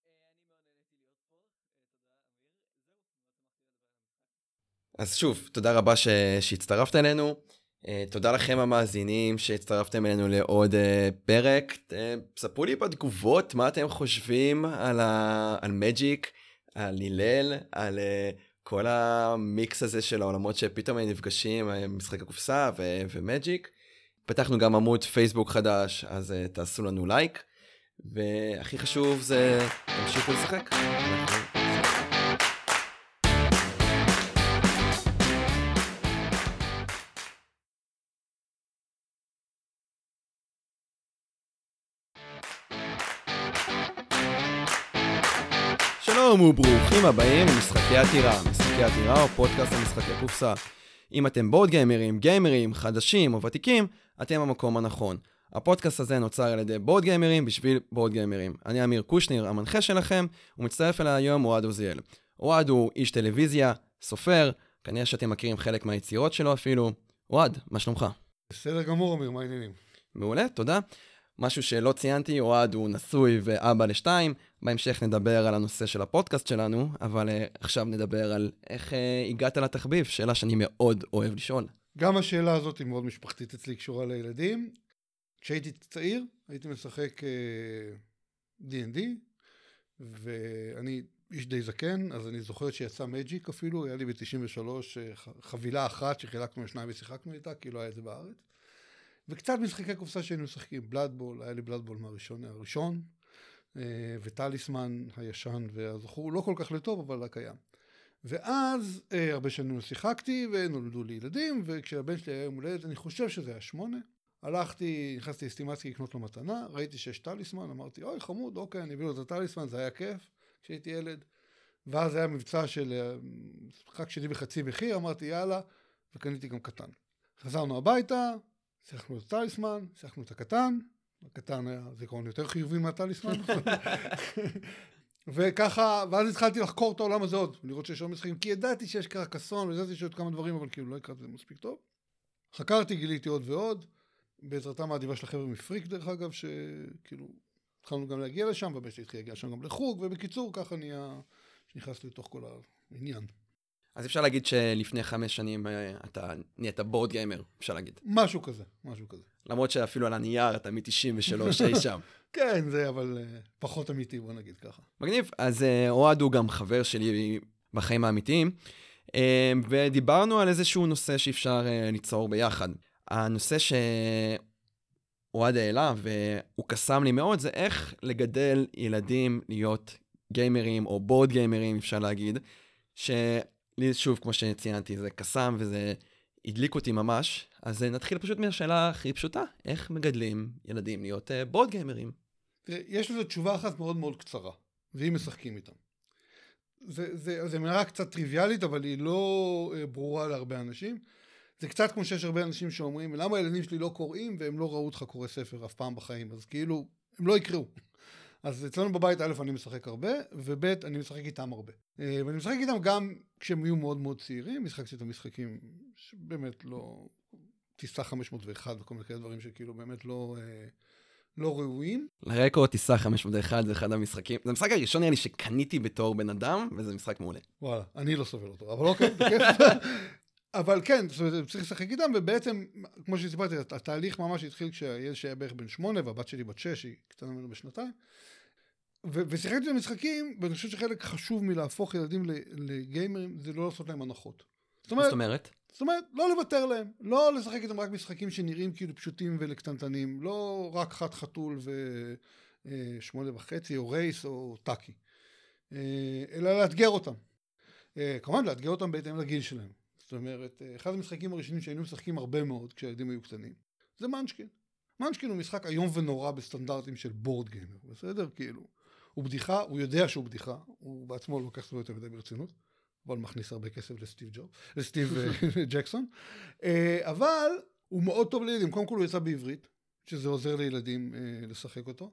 אז שוב, תודה רבה שהצטרפת אלינו. תודה לכם המאזינים שהצטרפתם אלינו לעוד פרק. ספרו לי בתגובות מה אתם חושבים על מג'יק, על הלל, על כל המיקס הזה של העולמות שפתאום נפגשים, משחק הקופסה ומג'יק. פתחנו גם עמוד פייסבוק חדש, אז תעשו לנו לייק. והכי חשוב זה תמשיכו לשחק. שלום וברוכים הבאים למשחקי עתירה. משחקי עתירה הוא פודקאסט למשחקי קופסה. אם אתם בורד גיימרים, חדשים או ותיקים, אתם המקום הנכון. הפודקאסט הזה נוצר על ידי בורד גיימרים בשביל בורד גיימרים. אני אמיר קושניר, המנחה שלכם, ומצטרף אליי היום אוהד עוזיאל. אוהד הוא איש טלוויזיה, סופר, כנראה שאתם מכירים חלק מהיצירות שלו אפילו. אוהד, מה שלומך? בסדר גמור אמיר, מה העניינים? מעולה, תודה. משהו שלא ציינתי, אוהד הוא נשוי ואבא לשתיים, בהמשך נדבר על הנושא של הפודקאסט שלנו, אבל עכשיו נדבר על איך הגעת לתחביב, שאלה שאני מאוד אוהב לשאול. גם השאלה הזאת היא מאוד משפחתית אצלי, קשורה לילדים. כשהייתי צעיר, הייתי משחק D&D, ואני איש די זקן, אז אני זוכר שיצא מג'יק אפילו, היה לי ב-93 חבילה אחת שחילקנו לשניים ושיחקנו איתה, כי לא היה את זה בארץ. וקצת משחקי קופסה שהיינו משחקים, בלאדבול, היה לי בלאדבול הראשון, וטליסמן הישן והזכור, לא כל כך לטוב, אבל היה קיים. ואז הרבה שנים שיחקתי ונולדו לי ילדים, וכשהבן שלי היה יום הולדת, אני חושב שזה היה 8, נכנסתי לסטימצקי לקנות לו מתנה, ראיתי שיש טליסמן, אמרתי, אוי חמוד, אוקיי, אני אביא לו את הטליסמן, זה היה כיף כשהייתי ילד. ואז היה מבצע של משחק שלי בחצי מחיר, אמרתי יאללה, וקניתי גם קטן. חזרנו הביתה, שיחקנו את הטליסמן, שיחקנו את הקטן היה זיכרון יותר חיובי מהטליסמן. וככה, ואז התחלתי לחקור את העולם הזה עוד, לראות שיש עוד משחקים, כי ידעתי שיש קרקסון, וידעתי שיש עוד כמה דברים, אבל כאילו לא הכרתי את זה מספיק טוב. חקרתי, גיליתי עוד ועוד, בעזרתם האדיבה של החבר'ה מפריק דרך אגב, שכאילו התחלנו גם להגיע לשם, והבן שלי התחיל להגיע שם גם לחוג, ובקיצור ככה נכנסתי לתוך כל העניין. אז אפשר להגיד שלפני 5 שנים אתה נהיית בורד גיימר, אפשר להגיד. משהו כזה. למרות שאפילו על הנייר אתה מ-93 אי שם. כן, זה אבל פחות אמיתי, בוא נגיד ככה. מגניב. אז אוהד הוא גם חבר שלי בחיים האמיתיים, ודיברנו על איזשהו נושא שאפשר ליצור ביחד. הנושא שאוהד העלה, והוא קסם לי מאוד, זה איך לגדל ילדים להיות גיימרים, או בורד גיימרים, אפשר להגיד, לי שוב, כמו שציינתי, זה קסם וזה הדליק אותי ממש. אז נתחיל פשוט מהשאלה הכי פשוטה, איך מגדלים ילדים להיות בורד גיימרים? תראה, יש לזה תשובה אחת מאוד מאוד קצרה, והיא משחקים איתם. זה מילה קצת טריוויאלית, אבל היא לא ברורה להרבה אנשים. זה קצת כמו שיש הרבה אנשים שאומרים, למה הילדים שלי לא קוראים, והם לא ראו אותך קורא ספר אף פעם בחיים, אז כאילו, הם לא יקראו. אז אצלנו בבית, א', אני משחק הרבה, וב', אני משחק איתם הרבה. ואני משחק איתם גם כשהם יהיו מאוד מאוד צעירים, משחקתי את המשחקים שבאמת לא, טיסה 501 וכל מיני כאלה דברים שכאילו באמת לא ראויים. לרקורד, טיסה 501 זה אחד המשחקים, זה המשחק הראשון נראה לי שקניתי בתור בן אדם, וזה משחק מעולה. וואלה, אני לא סובל אותו, אבל אוקיי, בכיף. אבל כן, צריך לשחק איתם, ובעצם, כמו שסיפרתי, התהליך ממש התחיל כשהילד שהיה בערך בן 8, והבת שלי בת 6, היא קטנה ממנו בשנתיים, ושיחקתי במשחקים, ואני חושב שחלק חשוב מלהפוך ילדים לגיימרים, זה לא לעשות להם הנחות. זאת אומרת? זאת אומרת, לא לוותר להם, לא לשחק איתם רק משחקים שנראים כאילו פשוטים ולקטנטנים, לא רק חת חתול ו8.5 או רייס או טאקי, אלא לאתגר אותם. כמובן, לאתגר אותם בהתאם לגיל שלהם. זאת אומרת, אחד המשחקים הראשונים שהיינו משחקים הרבה מאוד כשהילדים היו קטנים, זה מנצ'קין. מנצ'קין הוא משחק איום ונורא בסטנדרטים של בורד גיימר, בסדר? כאילו, הוא בדיחה, הוא יודע שהוא בדיחה, הוא בעצמו לא לוקח את זה יותר מדי ברצינות, אבל מכניס הרבה כסף לסטיב ג'קסון, אבל הוא מאוד טוב לילדים, קודם כל הוא יצא בעברית, שזה עוזר לילדים לשחק אותו,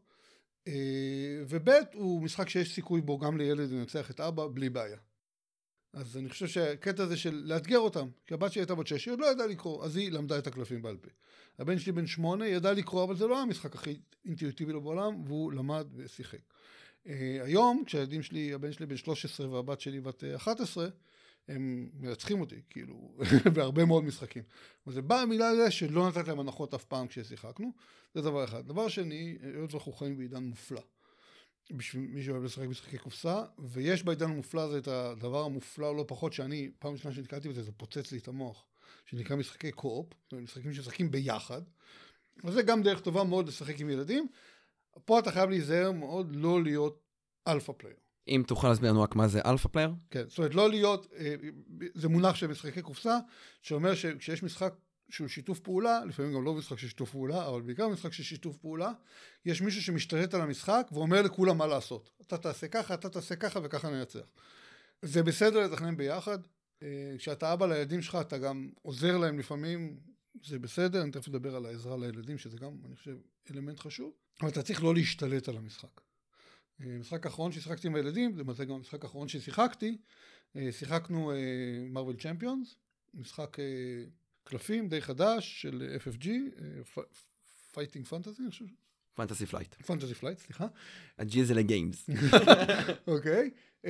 ובית הוא משחק שיש סיכוי בו גם לילד לנצח את אבא בלי בעיה. אז אני חושב שהקטע הזה של לאתגר אותם, כי הבת שלי הייתה בת 6, היא עוד לא ידעה לקרוא, אז היא למדה את הקלפים בעל פה. הבן שלי בן 8 ידע לקרוא, אבל זה לא היה המשחק הכי אינטואיטיבי לו בעולם, והוא למד ושיחק. היום, כשהילדים שלי, הבן שלי בן 13 והבת שלי בת 11, הם מרצחים אותי, כאילו, בהרבה מאוד משחקים. וזה בא המילה לזה שלא נתת להם הנחות אף פעם כששיחקנו, זה דבר אחד. דבר שני, היות ואנחנו חיים בעידן מופלא. בשביל מי שאוהב לשחק משחקי קופסה, ויש בעידן המופלא הזה את הדבר המופלא לא פחות שאני, פעם ראשונה שנתקלתי בזה, זה פוצץ לי את המוח, שנקרא משחקי קו-אופ, משחקים שמשחקים ביחד, וזה גם דרך טובה מאוד לשחק עם ילדים. פה אתה חייב להיזהר מאוד לא להיות אלפא פלייר. אם תוכל להסביר לנו רק מה זה אלפא פלייר? כן, זאת אומרת לא להיות, זה מונח של משחקי קופסה, שאומר שכשיש משחק שהוא שיתוף פעולה, לפעמים גם לא משחק של שיתוף פעולה, אבל בעיקר משחק של שיתוף פעולה, יש מישהו שמשתלט על המשחק ואומר לכולם מה לעשות. אתה תעשה ככה, אתה תעשה ככה וככה ננצח. זה בסדר לתכנן ביחד. כשאתה אבא לילדים שלך, אתה גם עוזר להם לפעמים, זה בסדר, אני תכף לדבר על העזרה לילדים, שזה גם, אני חושב, אלמנט חשוב. אבל אתה צריך לא להשתלט על המשחק. המשחק האחרון ששיחקתי עם הילדים, למעשה גם המשחק האחרון ששיחקתי, שיחקנו מרוול צ'מפיונס, משחק קלפים די חדש של FFG, Fighting Fantasy, אני חושב, פנטסי פלייט. פנטסי פלייט, סליחה. ה-G זה לגיימס. אוקיי.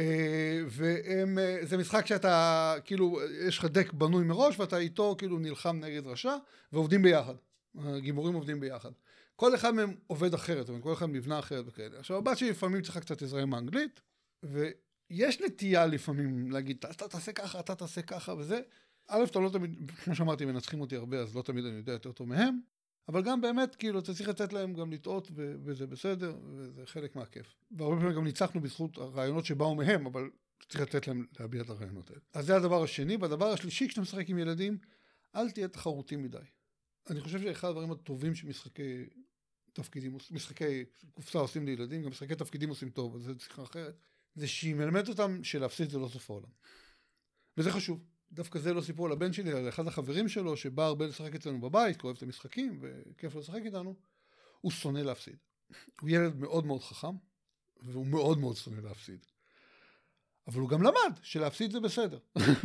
וזה משחק שאתה, כאילו, יש לך דק בנוי מראש, ואתה איתו כאילו נלחם נגד רשע, ועובדים ביחד. הגיבורים עובדים ביחד. כל אחד מהם עובד אחרת, כל אחד מבנה אחרת וכאלה. עכשיו, הבת שלי לפעמים צריכה קצת עזרה מהאנגלית, ויש נטייה לפעמים להגיד, אתה תעשה ככה, אתה תעשה ככה, וזה. א', אתה לא תמיד, כמו שאמרתי, מנצחים אותי הרבה, אז לא תמיד אני יודע יותר טוב מהם, אבל גם באמת, כאילו, אתה צריך לתת להם גם לטעות, וזה בסדר, וזה חלק מהכיף. והרבה פעמים גם ניצחנו בזכות הרעיונות שבאו מהם, אבל צריך לתת להם להביע את הרעיונות האלה. אז זה הדבר השני, והדבר השלישי, כשאתה משחק עם ילדים, אל תהיה תחרותי מדי. אני חושב שאחד הדברים הטובים שמשחקי תפקידים, משחקי קופסה עושים לילדים, גם משחקי תפקידים עושים טוב, אז זה שיחה אחרת, זה שהיא מלמדת אותם שלהפסיד זה לא סוף העולם. וזה חשוב. דווקא זה לא סיפור לבן שלי, על אחד החברים שלו, שבא הרבה לשחק אצלנו בבית, כי אוהב את המשחקים, וכיף לו לשחק איתנו, הוא שונא להפסיד. הוא ילד מאוד מאוד חכם, והוא מאוד מאוד שונא להפסיד. אבל הוא גם למד שלהפסיד זה בסדר.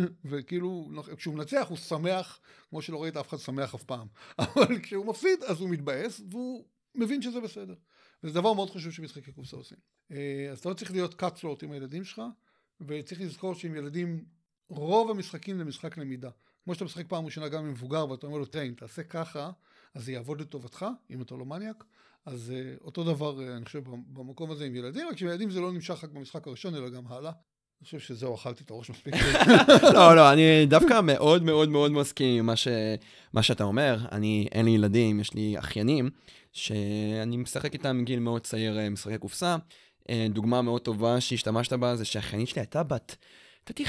וכאילו, כשהוא מנצח, הוא שמח, כמו שלא ראית אף אחד שמח אף פעם. אבל כשהוא מפסיד, אז הוא מתבאס, והוא מבין שזה בסדר. וזה דבר מאוד חשוב שמשחקי קופסה עושים. אז אתה לא צריך להיות קאצלוט עם הילדים שלך, וצריך לזכור שעם ילדים, רוב המשחקים זה משחק למידה. כמו שאתה משחק פעם ראשונה גם עם מבוגר, ואתה אומר לו, טריין, תעשה ככה, אז זה יעבוד לטובתך, אם אתה לא מניאק. אז אותו דבר, אני חושב, במקום הזה עם ילדים, רק שילדים זה לא נמשך רק במשחק הראשון, אלא גם הלאה. אני חושב שזהו, אכלתי את הראש מספיק. לא, אני דווקא מאוד מאוד מאוד מסכים עם מה שאתה אומר. אין לי ילדים, יש לי אחיינים, שאני משחק איתם מגיל מאוד צעיר משחקי קופסה. דוגמה מאוד טובה שהשתמשת בה, זה שהאחיינית שלי הייתה הייתי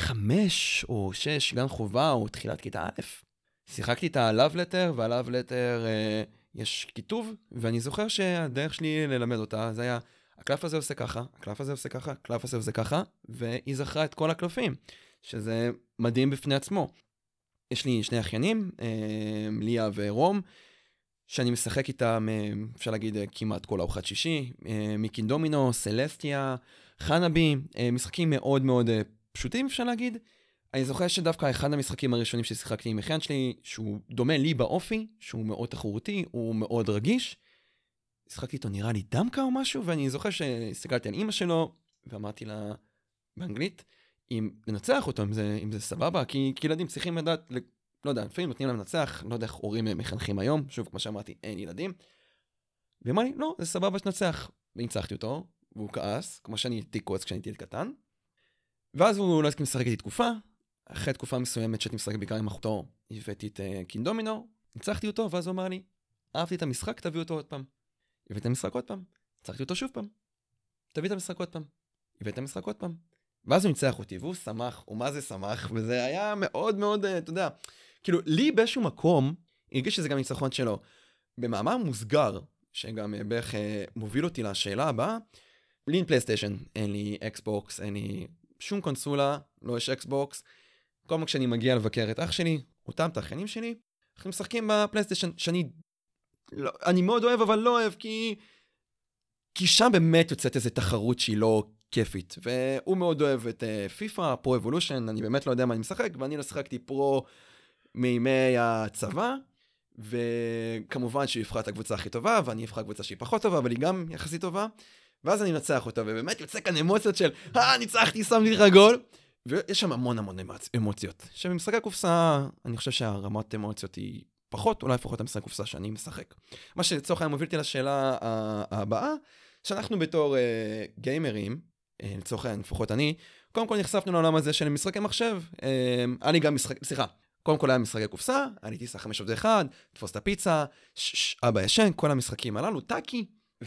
5 או 6, גן חובה או תחילת כיתה א'. שיחקתי את ה-Love Letter, וה-Love Letter יש כיתוב, ואני זוכר שהדרך שלי ללמד אותה, זה היה, הקלף הזה עושה ככה, הקלף הזה עושה ככה, הקלף הזה עושה ככה, והיא זכרה את כל הקלפים, שזה מדהים בפני עצמו. יש לי 2 אחיינים, ליה ורום, שאני משחק איתם, אפשר להגיד, כמעט כל ארוחת שישי, מקינדומינו, סלסטיה, חנבי, משחקים מאוד מאוד פשוטים, אפשר להגיד. אני זוכר שדווקא אחד המשחקים הראשונים ששיחקתי עם אחיין שלי, שהוא דומה לי באופי, שהוא מאוד תחרותי, הוא מאוד רגיש. שיחקתי איתו נראה לי דמקה או משהו, ואני זוכר שהסתכלתי על אמא שלו, ואמרתי לה באנגלית, אם לנצח אותו, אם זה סבבה, כי ילדים צריכים לדעת, לא יודע, לפעמים נותנים להם לנצח, לא יודע איך הורים מחנכים היום, שוב, כמו שאמרתי, אין ילדים. ואמר לי, לא, זה סבבה שנצח. וניצחתי אותו, והוא כעס, כמו שאני הייתי כועס כשאני הייתי קטן. ואז הוא לא הסכים לשחק איתי תקופה, אחרי תקופה מסוימת שהייתי משחק בעיקר עם אחותו, הבאתי את קינדומינו, ניצחתי אותו, ואז הוא אמר לי, אהבתי את המשחק, תביא אותו עוד פעם. הבאתי את המשחק עוד פעם, ניצחתי אותו שוב פעם. תביא את המשחק עוד פעם. הבאתי את המשחק עוד פעם. ואז הוא ניצח אותי, והוא שמח, ומה זה שמח, וזה היה מאוד מאוד, אתה יודע, כאילו, לי באיזשהו מקום, הרגיש שזה גם ניצחון שלו. במאמר מוסגר, שגם בערך מוביל אותי לשאלה הבאה, לי אין פלייסטיישן, אין לי אקסבוקס, אין לי שום קונסולה, לא יש אקסבוקס. כל פעם כשאני מגיע לבקר את אח שלי, אותם את האחיינים שלי, אנחנו משחקים בפלייסטיישן, אני מאוד אוהב, אבל לא אוהב, כי שם באמת יוצאת איזו תחרות שהיא לא כיפית, והוא מאוד אוהב את פיפה, פרו אבולושן, אני באמת לא יודע מה אני משחק, ואני לא שחקתי פרו מימי הצבא, וכמובן שהיא יבחר את הקבוצה הכי טובה, ואני אבחר קבוצה שהיא פחות טובה, אבל היא גם יחסית טובה, ואז אני נצח אותה, ובאמת יוצא כאן אמוציות של, ניצחתי, שמתי לך גול, ויש שם המון המון אמוציות. שבמשחקי קופסה, אני חושב שהרמת אמוציות היא פחות, אולי לפחות המשחק קופסה שאני משחק. מה שלצורך היום מוביל אותי לשאלה הבאה, שאנחנו בתור גיימרים, לצורך היום, לפחות אני, קודם כל נחשפנו לעולם הזה של משחקי מחשב, אני גם קודם כל היה משחקי קופסה, אני טיסה 5-1, תפוס את הפיצה, אבא ישן, כל המשחקים הללו, טאקי,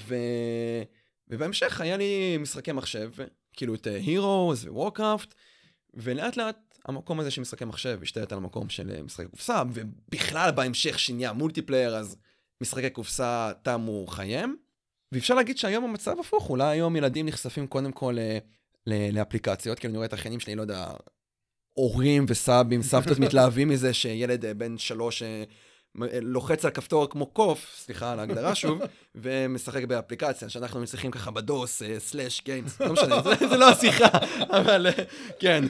ובהמשך היה לי משחקי מחשב, כאילו את Heroes ו-Warcraft, ולאט לאט המקום הזה של משחקי מחשב השתלט על המקום של משחקי קופסה, ובכלל בהמשך שנהיה מולטיפלייר, אז משחקי קופסה תמו חיים, ואפשר להגיד שהיום המצב הפוך, אולי היום ילדים נחשפים קודם כל לאפליקציות, כאילו אני רואה את האחיינים שלי, לא יודע, הורים וסבים, סבתות מתלהבים מזה שילד בן 3 לוחץ על כפתור כמו קוף, סליחה על ההגדרה שוב, ומשחק באפליקציה, שאנחנו מצליחים ככה בדוס, /games, לא משנה, זה לא השיחה, אבל כן.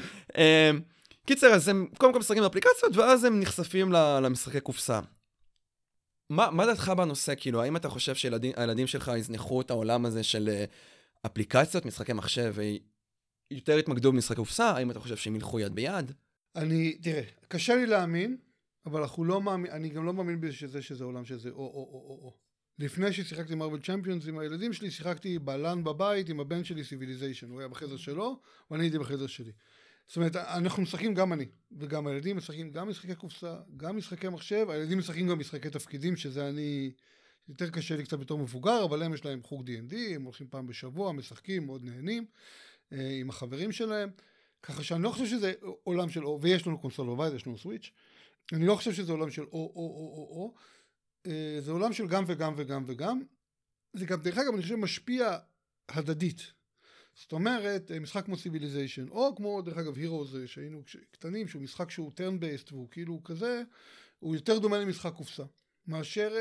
קיצר, אז הם קודם כל משחקים באפליקציות, ואז הם נחשפים למשחקי קופסה. מה דעתך בנושא? כאילו, האם אתה חושב שהילדים שלך יזנחו את העולם הזה של אפליקציות, משחקי מחשב, ויותר יתמקדו במשחקי קופסה? האם אתה חושב שהם ילכו יד ביד? תראה, קשה לי להאמין, אבל אני גם לא מאמין שזה עולם שזה או. לפני ששיחקתי מרבל צ'מפיונס עם הילדים שלי, שיחקתי בלן בבית עם הבן שלי סיביליזיישן. הוא היה בחדר שלו, ואני הייתי בחדר שלי. זאת אומרת, אנחנו משחקים גם אני, וגם הילדים משחקים גם משחקי קופסה, גם משחקי מחשב, הילדים משחקים גם משחקי תפקידים, שזה יותר קשה לי קצת בתור מבוגר, אבל הם יש להם חוג D&D, הם הולכים פעם בשבוע, משחקים, מאוד נהנים, עם החברים שלהם, ככה שאני לא חושב שזה עולם של או, ויש לנו קונסול בבית, יש לנו סוויץ', אני לא חושב שזה עולם של או, זה עולם של גם וגם וגם וגם, זה גם דרך אגב אני חושב משפיע הדדית, זאת אומרת משחק כמו סיביליזיישן, או כמו דרך אגב הירוז שהיינו קטנים, שהוא משחק שהוא turn based והוא כאילו כזה, הוא יותר דומה למשחק קופסה, מאשר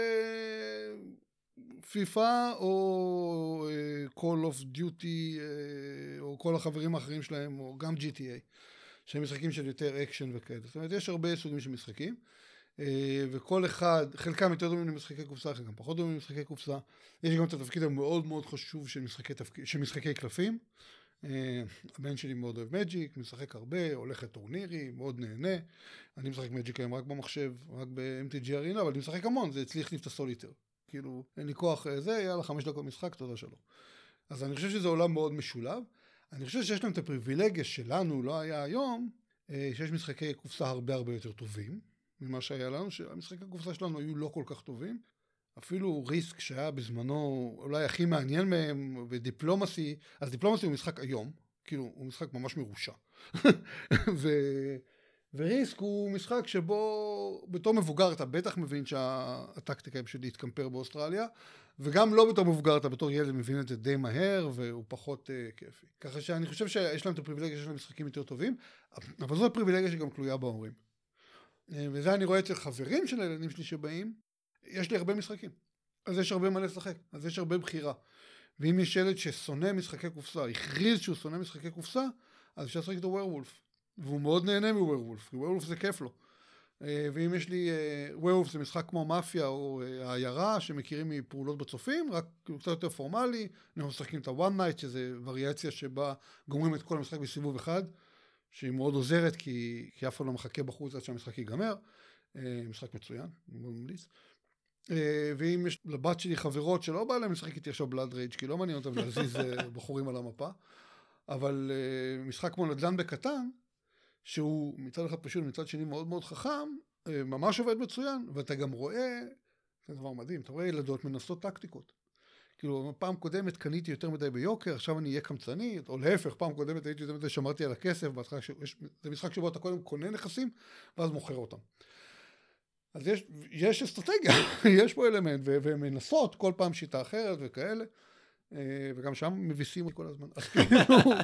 פיפה או Call of Duty או כל החברים האחרים שלהם, או גם GTA, שהם משחקים של יותר אקשן וכאלה, זאת אומרת יש הרבה סוגים של משחקים, וכל אחד, חלקם יותר דומים למשחקי קופסה, חלקם פחות דומים למשחקי קופסה. יש גם את התפקיד המאוד מאוד חשוב של משחקי קלפים. הבן שלי מאוד אוהב מג'יק, משחק הרבה, הולך לטורנירים, מאוד נהנה. אני משחק מג'יק היום רק במחשב, רק ב-MTG ארינה, אבל אני משחק המון, זה הצליח לי את הסוליטר. כאילו, אין לי כוח זה, יאללה 5 דקות משחק, תודה שלום. אז אני חושב שזה עולם מאוד משולב. אני חושב שיש להם את הפריבילגיה שלנו, לא היה היום, שיש משחקי קופסה הרבה הרבה יותר טובים. ממה שהיה לנו, שהמשחקי הקופסה שלנו היו לא כל כך טובים. אפילו ריסק שהיה בזמנו אולי הכי מעניין מהם, ודיפלומסי, אז דיפלומסי הוא משחק היום, כאילו הוא משחק ממש מרושע. וריסק הוא משחק שבו בתור מבוגר אתה בטח מבין שהטקטיקה היא פשוט להתקמפר באוסטרליה, וגם לא בתור מבוגר אתה בתור ילד מבין את זה די מהר, והוא פחות כיפי. ככה שאני חושב שיש להם את הפריבילגיה שיש להם משחקים יותר טובים, אבל זו הפריבילגיה שגם תלויה בהורים. וזה אני רואה אצל חברים של הילדים שלי שבאים, יש לי הרבה משחקים, אז יש הרבה מה לשחק, אז יש הרבה בחירה. ואם יש ילד ששונא משחקי קופסה, הכריז שהוא שונא משחקי קופסה, אז אפשר לשחק איתו ווירולף, והוא מאוד נהנה מווירולף, כי ווירולף זה כיף לו. ואם יש לי, ווירולף זה משחק כמו מאפיה או העיירה, שמכירים מפעולות בצופים, רק קצת יותר פורמלי, אנחנו משחקים את ה-One Night, שזה וריאציה שבה גומרים את כל המשחק בסיבוב אחד, שהיא מאוד עוזרת, כי אף אחד לא מחכה בחוץ עד שהמשחק ייגמר. משחק מצוין, מאוד ממליץ. ואם יש לבת שלי חברות שלא בא להם לשחק איתי עכשיו בלאד רייג', כי לא מעניין אותם להזיז בחורים על המפה, אבל משחק כמו נדל"ן בקטן, שהוא מצד אחד פשוט, מצד שני מאוד מאוד חכם, ממש עובד מצוין, ואתה גם רואה, זה דבר מדהים, אתה רואה ילדות מנסות טקטיקות. כאילו, פעם קודמת קניתי יותר מדי ביוקר, עכשיו אני אהיה קמצני, או להפך, פעם קודמת הייתי יותר מדי שמרתי על הכסף, זה משחק שבו אתה קודם קונה נכסים, ואז מוכר אותם. אז יש אסטרטגיה, יש פה אלמנט, והן מנסות כל פעם שיטה אחרת וכאלה, וגם שם מביסים כל הזמן. אז כאילו,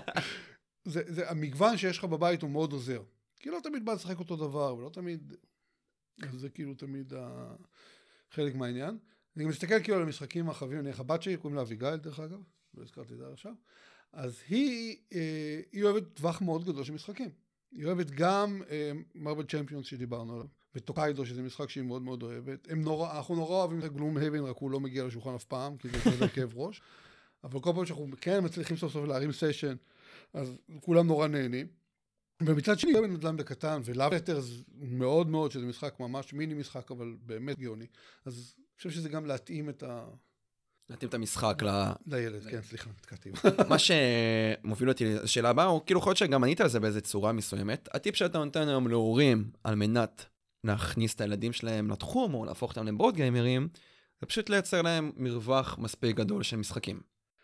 המגוון שיש לך בבית הוא מאוד עוזר. כי לא תמיד בא לשחק אותו דבר, ולא תמיד, זה כאילו תמיד חלק מהעניין. אני גם מסתכל כאילו על המשחקים החביבים, אני הבת שלי, קוראים לה אביגיל דרך אגב, לא הזכרתי את זה עכשיו, אז היא אוהבת טווח מאוד גדול של משחקים. היא אוהבת גם מרבל צ'מפיונס שדיברנו עליו, וטוקיידו שזה משחק שהיא מאוד מאוד אוהבת. אנחנו נורא אוהבים את גלום האבן, רק הוא לא מגיע לשולחן אף פעם, כי זה כזה כאב ראש. אבל כל פעם שאנחנו כן מצליחים סוף סוף להרים סשן, אז כולם נורא נהנים. ומצד שני, גם נדל"ן בקטן, ולאב לטרס מאוד מאוד, שזה משחק ממש מיני משחק, אבל באמת גאוני. אז אני חושב שזה גם להתאים להתאים את המשחק לילד, כן, סליחה, התקעתי. מה שמוביל אותי לשאלה הבאה, הוא כאילו יכול להיות שגם ענית על זה באיזו צורה מסוימת. הטיפ שאתה נותן היום להורים על מנת להכניס את הילדים שלהם לתחום, או להפוך אותם לבורד גיימרים, זה פשוט לייצר להם מרווח מספיק גדול של משחקים.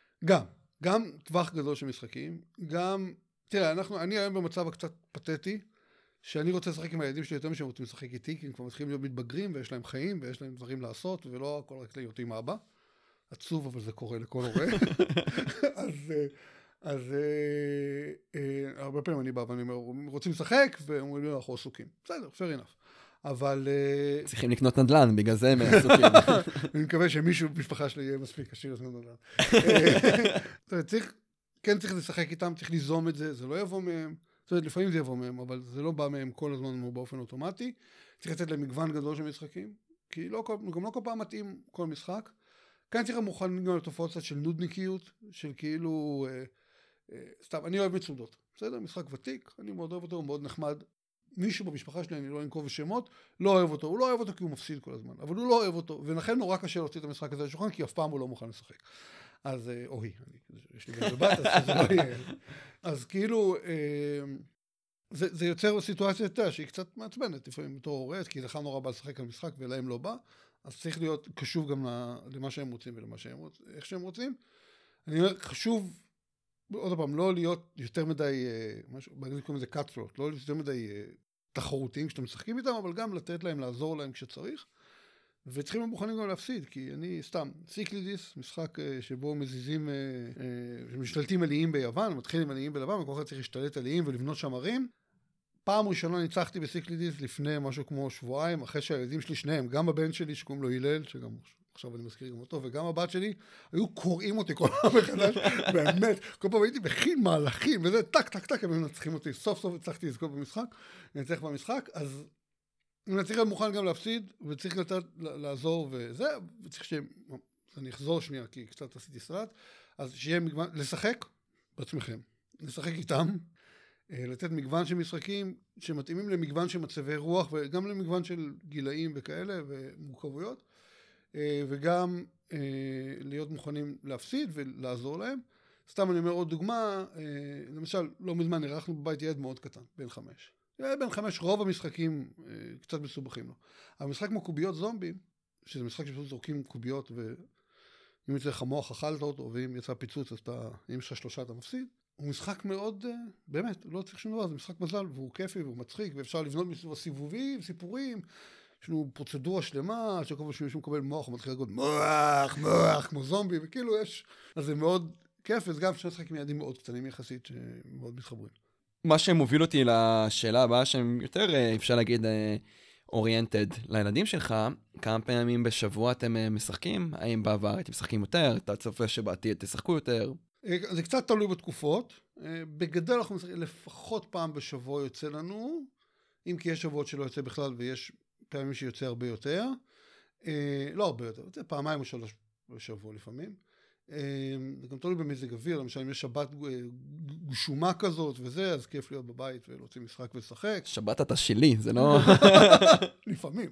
גם טווח גדול של משחקים, גם, תראה, אני היום במצב הקצת פתטי, שאני רוצה לשחק עם הילדים שלי יותר משהם רוצים לשחק איתי, כי הם כבר מתחילים להיות מתבגרים, ויש להם חיים, ויש להם דברים לעשות, ולא הכל רק להיות עם אבא. עצוב, אבל זה קורה לכל הורה. אז הרבה פעמים אני בא ואני אומר, רוצים לשחק, ואומרים לי, אנחנו עסוקים. בסדר, fair enough. אבל צריכים לקנות נדל"ן, בגלל זה הם עסוקים. אני מקווה שמישהו במשפחה שלי יהיה מספיק עשיר לקנות נדל"ן. כן צריך לשחק איתם, צריך ליזום את זה, זה לא יבוא מהם. זאת אומרת, לפעמים זה יבוא מהם, אבל זה לא בא מהם כל הזמן באופן אוטומטי. צריך לתת להם מגוון גדול של משחקים. כי גם לא כל פעם מתאים כל משחק. כאן צריך מוכנים גם לתופעות קצת של נודניקיות, של כאילו, סתם, אני אוהב מצודות, בסדר? משחק ותיק, אני מאוד אוהב אותו, הוא מאוד נחמד. מישהו במשפחה שלי, אני לא אנקוב בשמות, לא אוהב אותו, הוא לא אוהב אותו כי הוא מפסיד כל הזמן, אבל הוא לא אוהב אותו, ולכן נורא קשה להוציא את המשחק הזה לשולחן, כי אף פעם הוא לא מוכן לשחק. אז, יש לי בן בבת, אז זה לא יהיה. אז כאילו, זה יוצר סיטואציה יותר שהיא קצת מעצבנת, לפעמים בתור הורס, כי לך נורא בא לשחק על משחק ולהם לא בא, אז צריך להיות קשוב גם למה שהם רוצים ולמה שהם רוצים, איך שהם רוצים. אני אומר, חשוב, עוד פעם, לא להיות יותר מדי, באנגלית קוראים לזה cutthroat, לא להיות יותר מדי תחרותיים כשאתם משחקים איתם, אבל גם לתת להם, לעזור להם כשצריך, וצריכים להיות מוכנים גם להפסיד, כי אני סתם, סיקלידיס, משחק שבו מזיזים, משתלטים עליים ביוון, מתחילים עליים בלבן, וכל אחד צריך להשתלט עליים ולבנות שם ערים. פעם ראשונה ניצחתי בסיקלידיס לפני משהו כמו שבועיים, אחרי שהילדים שלי שניהם, גם הבן שלי שקוראים לו הלל, שגם עכשיו אני מזכיר גם אותו, וגם הבת שלי, היו קוראים אותי כל פעם מחדש, באמת, כל פעם הייתי בכין מהלכים, וזה טק, טק, טק, הם מנצחים אותי, סוף סוף הצלחתי לזכות במשחק, נצליח במשחק, אז אני צריך להיות מוכן גם להפסיד, וצריך לעזור וזה, וצריך אני אחזור שנייה, כי קצת עשיתי סלט, אז שיהיה מגוון, לשחק בעצמכם, לשחק איתם, לתת מגוון של משחקים שמתאימים למגוון של מצבי רוח, וגם למגוון של גילאים וכאלה, ומורכבויות, וגם להיות מוכנים להפסיד ולעזור להם. סתם אני אומר עוד דוגמה, למשל, לא מזמן נערכנו בבית ילד מאוד קטן, בן 5. בן 5, רוב המשחקים קצת מסובכים לו. המשחק כמו קוביות זומבים, שזה משחק שפשוט זורקים קוביות, ואם יצא לך מוח אכלת אותו, ואם יצא פיצוץ, אז אם יש לך 3 אתה מפסיד. הוא משחק מאוד, באמת, לא צריך שום דבר, זה משחק מזל, והוא כיפי והוא מצחיק, ואפשר לבנות מסביבו סיבובים, סיפורים, יש לנו פרוצדורה שלמה, שכל פעם שמישהו מקבל מוח, הוא מתחיל להגיד מוח, מוח, כמו זומבי, וכאילו יש, אז זה מאוד כיף, וזה גם שמשחק עם ילדים מאוד קטנים יחסית, שמאוד מתחברים. מה שמוביל אותי לשאלה הבאה, שהם יותר, אפשר להגיד, אוריינטד לילדים שלך, כמה פעמים בשבוע אתם משחקים? האם בעבר אתם משחקים יותר? אתה צופה שבעתיד תשחקו יותר? זה קצת תלוי בתקופות. בגדול אנחנו משחקים, לפחות פעם בשבוע יוצא לנו, אם כי יש שבועות שלא יוצא בכלל, ויש פעמים שיוצא הרבה יותר. לא הרבה יותר, יוצא פעמיים או 3 בשבוע לפעמים. זה גם תלוי במזג אוויר, למשל אם יש שבת גשומה כזאת וזה, אז כיף להיות בבית ולהוציא משחק ולשחק. שבת אתה שלי, זה לא... לפעמים.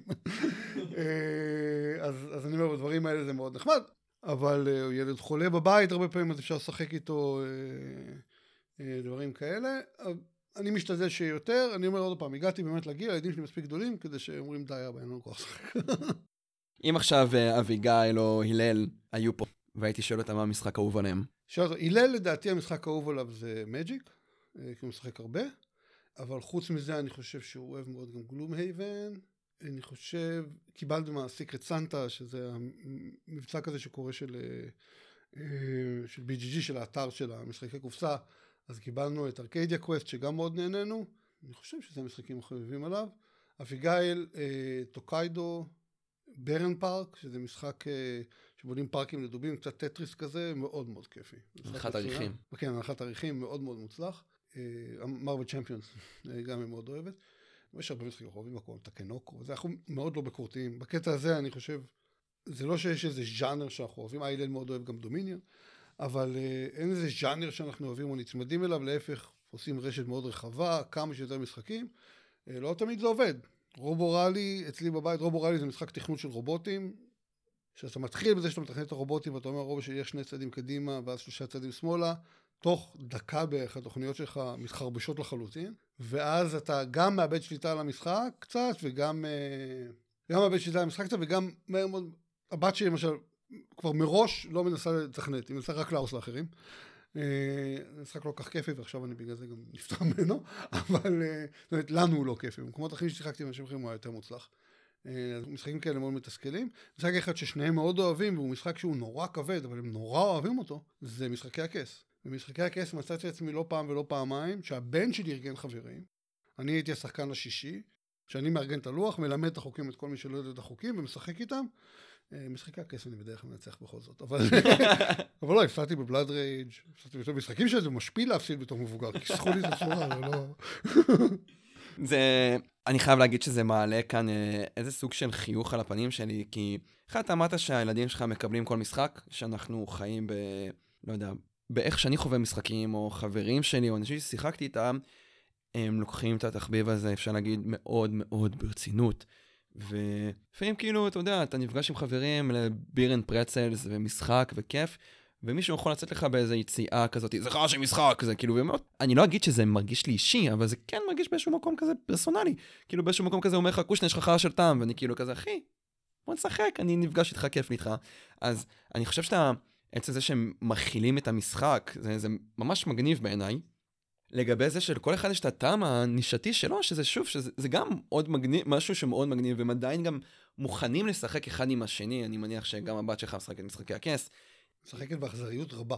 אז אני אומר, בדברים האלה זה מאוד נחמד, אבל ילד חולה בבית, הרבה פעמים אז אפשר לשחק איתו דברים כאלה. אני משתדל שיותר, אני אומר עוד פעם, הגעתי באמת להגיע, הילדים שלי מספיק גדולים, כדי שאומרים די, אין לנו כוח לשחק. אם עכשיו אביגיל או הלל היו פה, והייתי שואל אותם מה המשחק האהוב עליהם. הלל לדעתי המשחק האהוב עליו זה מג'יק, כי הוא משחק הרבה, אבל חוץ מזה אני חושב שהוא אוהב מאוד גם גלום הייבן, אני חושב, קיבלנו מהסיקרט סנטה, שזה המבצע כזה שקורה של BGG, של האתר של המשחקי קופסה, אז קיבלנו את ארקיידיה קווסט, שגם מאוד נהנינו, אני חושב שזה המשחקים החביבים עליו, אביגיל, טוקיידו, ברן פארק, שזה משחק שבונים פארקים לדובים, קצת טטריס כזה, מאוד מאוד כיפי. הנחת עריכים. כן, הנחת עריכים מאוד מאוד מוצלח. מרוויל צ'מפיונס, גם היא מאוד אוהבת. יש הרבה משחקים אוהבים מקום, טקנוקו, אנחנו מאוד לא בקורתיים. בקטע הזה אני חושב, זה לא שיש איזה ז'אנר שאנחנו אוהבים, איילן מאוד אוהב גם דומיניון, אבל אין איזה ז'אנר שאנחנו אוהבים או נצמדים אליו, להפך, עושים רשת מאוד רחבה, כמה שיותר משחקים. לא תמיד זה עובד. רובוראלי, אצלי בבית, רובוראלי זה משחק תכנות של רובוטים, שאתה מתחיל בזה שאתה מתכנן את הרובוטים, ואתה אומר, רובו שלי יש 2 צעדים קדימה, ואז 3 צעדים שמאלה, תוך דקה בערך התוכניות שלך מתחרבשות לחלוטין, ואז אתה גם מאבד שליטה על המשחק קצת, וגם מאבד שליטה על המשחק קצת, וגם הבת שלי למשל, כבר מראש לא מנסה לתכנת, היא מנסה רק להרוס לאחרים. משחק לא כך כיפי, ועכשיו אני בגלל זה גם נפטר ממנו, אבל לנו הוא לא כיפי. במקומות אחרים ששיחקתי עם אחרים הוא היה יותר מוצלח. משחקים כאלה מאוד מתסכלים. משחק אחד ששניהם מאוד אוהבים, והוא משחק שהוא נורא כבד, אבל הם נורא אוהבים אותו, זה משחקי הכס. במשחקי הכס מצאתי עצמי לא פעם ולא פעמיים, שהבן שלי ארגן חברים. אני הייתי השחקן השישי, שאני מארגן את הלוח, מלמד את החוקים, את כל מי שלא יודע את החוקים, ומשחק איתם. משחקי הכס אני בדרך כלל מנצח בכל זאת, אבל לא, הפסדתי בבלאד רייג', הפסדתי בתור משחקים שזה משפיל להפסיד בתור מבוגר, כי סחו לי את הצורה, זה לא... אני חייב להגיד שזה מעלה כאן איזה סוג של חיוך על הפנים שלי, כי אחד, אתה אמרת שהילדים שלך מקבלים כל משחק, שאנחנו חיים לא יודע, באיך שאני חווה משחקים, או חברים שלי, או אנשים ששיחקתי איתם, הם לוקחים את התחביב הזה, אפשר להגיד, מאוד מאוד ברצינות. ולפעמים כאילו, אתה יודע, אתה נפגש עם חברים לביר אנד פרצלס ומשחק וכיף, ומישהו יכול לצאת לך באיזו יציאה כזאת, זה חרא של משחק, זה כאילו באמת, אני לא אגיד שזה מרגיש לי אישי, אבל זה כן מרגיש באיזשהו מקום כזה פרסונלי, כאילו באיזשהו מקום כזה אומר לך, קושנה, יש לך חרא של טעם, ואני כאילו כזה, אחי, בוא נשחק, אני נפגש איתך, כיף לי איתך. אז אני חושב עצם זה שהם מכילים את המשחק, זה ממש מגניב בעיניי, לגבי זה שלכל אחד יש את הטעם הנישתי שלו, שזה שוב, שזה גם עוד מגניב, משהו שמאוד מגניב, והם עדיין גם מוכנים לשחק אחד עם השני, אני מניח שגם הבת שלך משחקת משחקי הכס. משחקת באכזריות רבה.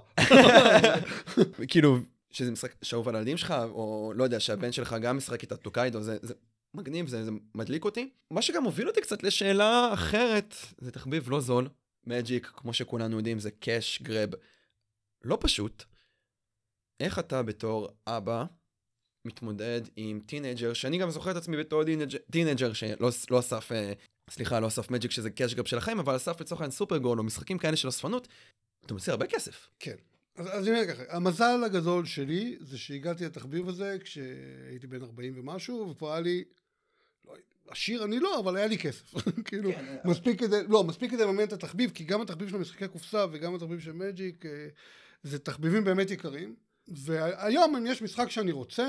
כאילו, שזה משחק שאהוב על הילדים שלך, או לא יודע, שהבן שלך גם משחק את הטוקיידו, זה מגניב, זה מדליק אותי. מה שגם הוביל אותי קצת לשאלה אחרת, זה תחביב לא זול, מג'יק, כמו שכולנו יודעים, זה קאש גרב לא פשוט. איך אתה בתור אבא מתמודד עם טינג'ר, שאני גם זוכר את עצמי בתור טינג'ר שלא אסף, לא אסף מג'יק שזה קאש גרב של החיים, אבל אסף לצורך העניין סופר גול או משחקים כאלה של אספנות, אתה מוציא הרבה כסף. כן. אז אני אומר ככה, המזל הגדול שלי זה שהגעתי לתחביב הזה כשהייתי בן 40 ומשהו, ופה היה לי, עשיר אני לא, אבל היה לי כסף. כאילו, מספיק כדי לממן את התחביב, כי גם התחביב של משחקי קופסה וגם התחביב של מג'יק, זה תחביבים באמת יקרים. והיום אם יש משחק שאני רוצה,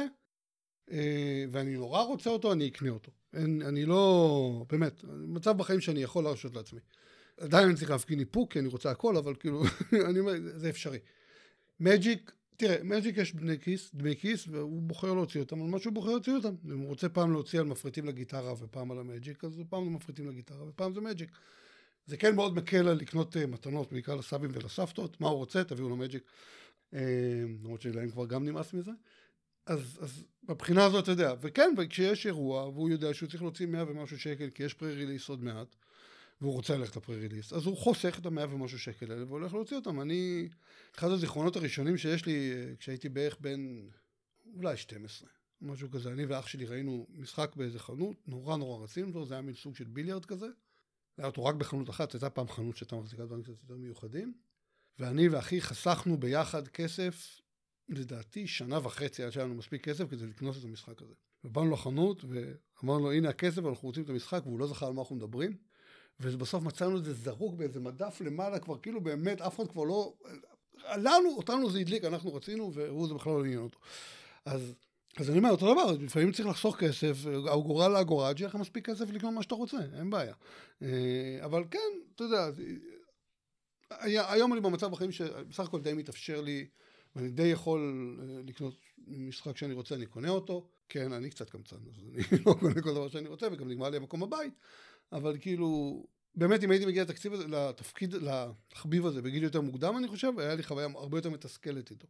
ואני נורא רוצה אותו, אני אקנה אותו. אני לא, באמת, מצב בחיים שאני יכול להרשות לעצמי. עדיין אני צריך להפגין איפוק, כי אני רוצה הכל, אבל כאילו, אני אומר, זה אפשרי. מג'יק, תראה, מג'יק יש דמי כיס, והוא בוחר להוציא אותם, על מה שהוא בוחר להוציא אותם. אם הוא רוצה פעם להוציא על מפריטים לגיטרה, ופעם על המג'יק, אז פעם זה מפריטים לגיטרה, ופעם זה מג'יק. זה כן מאוד מקל על לקנות מתנות, בעיקר לסבים ולסבתות, מה הוא רוצה, תביאו לו מג'יק. למרות שלהם כבר גם נמאס מזה. אז בבחינה הזאת, אתה יודע, וכן, וכשיש אירוע, והוא יודע שהוא צריך להוציא 100 ומשהו שקל, כי יש פרי-ריליס עוד מעט, והוא רוצה ללכת לפרי-ריליס, אז הוא חוסך את 100 ומשהו שקל האלה, והולך להוציא אותם. אחד הזיכרונות הראשונים שיש לי, כשהייתי בערך בין, אולי 12, משהו כזה, אני ואח שלי ראינו משחק באיזה חנות, נורא נורא רצינו אותו, זה היה מין סוג של ביליארד כזה, היה אותו רק בחנות אחת, הייתה פעם חנות שהייתה מחזיקה דברים קצת יותר מיוחדים, ואני ואחי חסכנו ביחד כסף, לדעתי 1.5 שנה עד שהיה לנו מספיק כסף כדי לקנות את המשחק הזה. ובאנו לחנות ואמרנו לו, הנה הכסף, אנחנו רוצים את המשחק, והוא לא זכר על מה אנחנו מדברים, ובסוף מצאנו את זה זרוק באיזה מדף למעלה, כבר כאילו באמת אף אחד כבר לא, אותנו זה הדליק, אנחנו רצינו, והוא זה בכלל לא עניין אותו. אז אני אומר, אותו דבר, לפעמים צריך לחסוך כסף, אגורה לאגורה, עד שיהיה לך מספיק כסף לקנות מה שאתה רוצה, אין בעיה. אבל כן, אתה יודע, היום אני במצב בחיים שבסך הכל די מתאפשר לי, ואני די יכול לקנות משחק שאני רוצה, אני קונה אותו. כן, אני קצת קמצן, אז אני לא קונה כל דבר שאני רוצה, וגם נגמר לי המקום הבית. אבל כאילו, באמת אם הייתי מגיע לתחביב הזה בגיל יותר מוקדם, אני חושב, היה לי חוויה הרבה יותר מתסכלת איתו.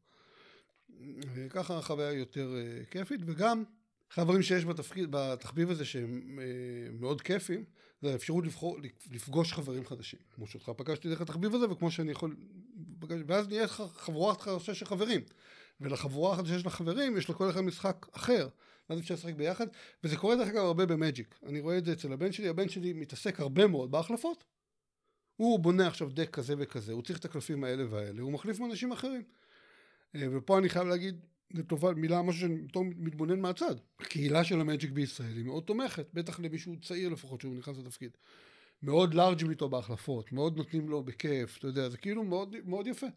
וככה החוויה יותר כיפית, וגם הדברים שיש בתחביב הזה שהם מאוד כיפים, זה האפשרות לפגוש חברים חדשים. כמו שאותך פגשתי דרך התחביב הזה, וכמו שאני יכול, ואז נהיה חבורה חדשה של חברים. ולחבורה החדשה של החברים, יש לכל אחד משחק אחר. ואז אפשר לשחק ביחד, וזה קורה דרך אגב הרבה במג'יק. אני רואה את זה אצל הבן שלי מתעסק הרבה מאוד בהחלפות. הוא בונה עכשיו דק כזה וכזה, הוא צריך את הקלפים האלה והאלה, הוא מחליף מאנשים אחרים. ופה אני חייב להגיד, לטובה, מילה, משהו שאני מתבונן מהצד. הקהילה של המג'יק בישראל היא מאוד תומכת, בטח למישהו צעיר לפחות שהוא נכנס לתפקיד. מאוד לארג'ים איתו בהחלפות, מאוד נותנים לו בכיף, אתה יודע, זה כאילו מאוד, מאוד יפה.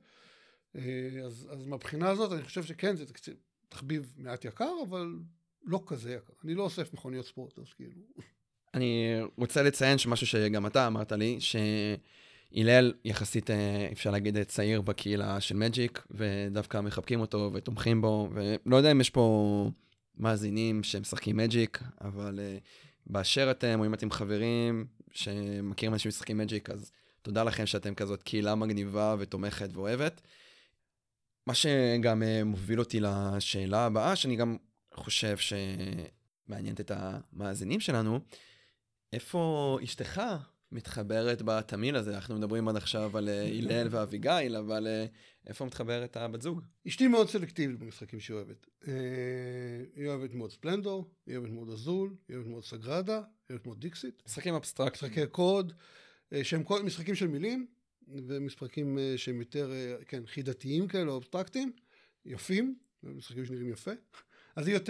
אז מהבחינה הזאת אני חושב שכן, זה תחביב מעט יקר, אבל לא כזה יקר. אני לא אוסף מכוניות ספורט, אז כאילו. אני רוצה לציין שמשהו שגם אתה אמרת לי, שהילל יחסית, אפשר להגיד, צעיר בקהילה של מג'יק, ודווקא מחבקים אותו ותומכים בו, ולא יודע אם יש פה מאזינים שמשחקים מג'יק, אבל באשר אתם, או אם אתם חברים שמכירים אנשים שמשחקים מג'יק, אז תודה לכם שאתם כזאת קהילה מגניבה ותומכת ואוהבת. מה שגם מוביל אותי לשאלה הבאה, שאני גם חושב שמעניינת את המאזינים שלנו, איפה אשתך מתחברת בתמיל הזה? אנחנו מדברים עד עכשיו על הלל ואביגיל, אבל איפה מתחברת הבת זוג? אשתי מאוד סלקטיבית במשחקים שהיא אוהבת. היא אוהבת מאוד ספלנדור, היא אוהבת מאוד אזול, היא אוהבת מאוד סגרדה, היא אוהבת מאוד דיקסיט. משחקים אבסטרקטיים. משחקי קוד, שהם משחקים של מילים, ומשחקים שהם יותר, כן, חידתיים כאלה, אבסטרקטיים, יפים, משחקים שנראים יפה. אז היא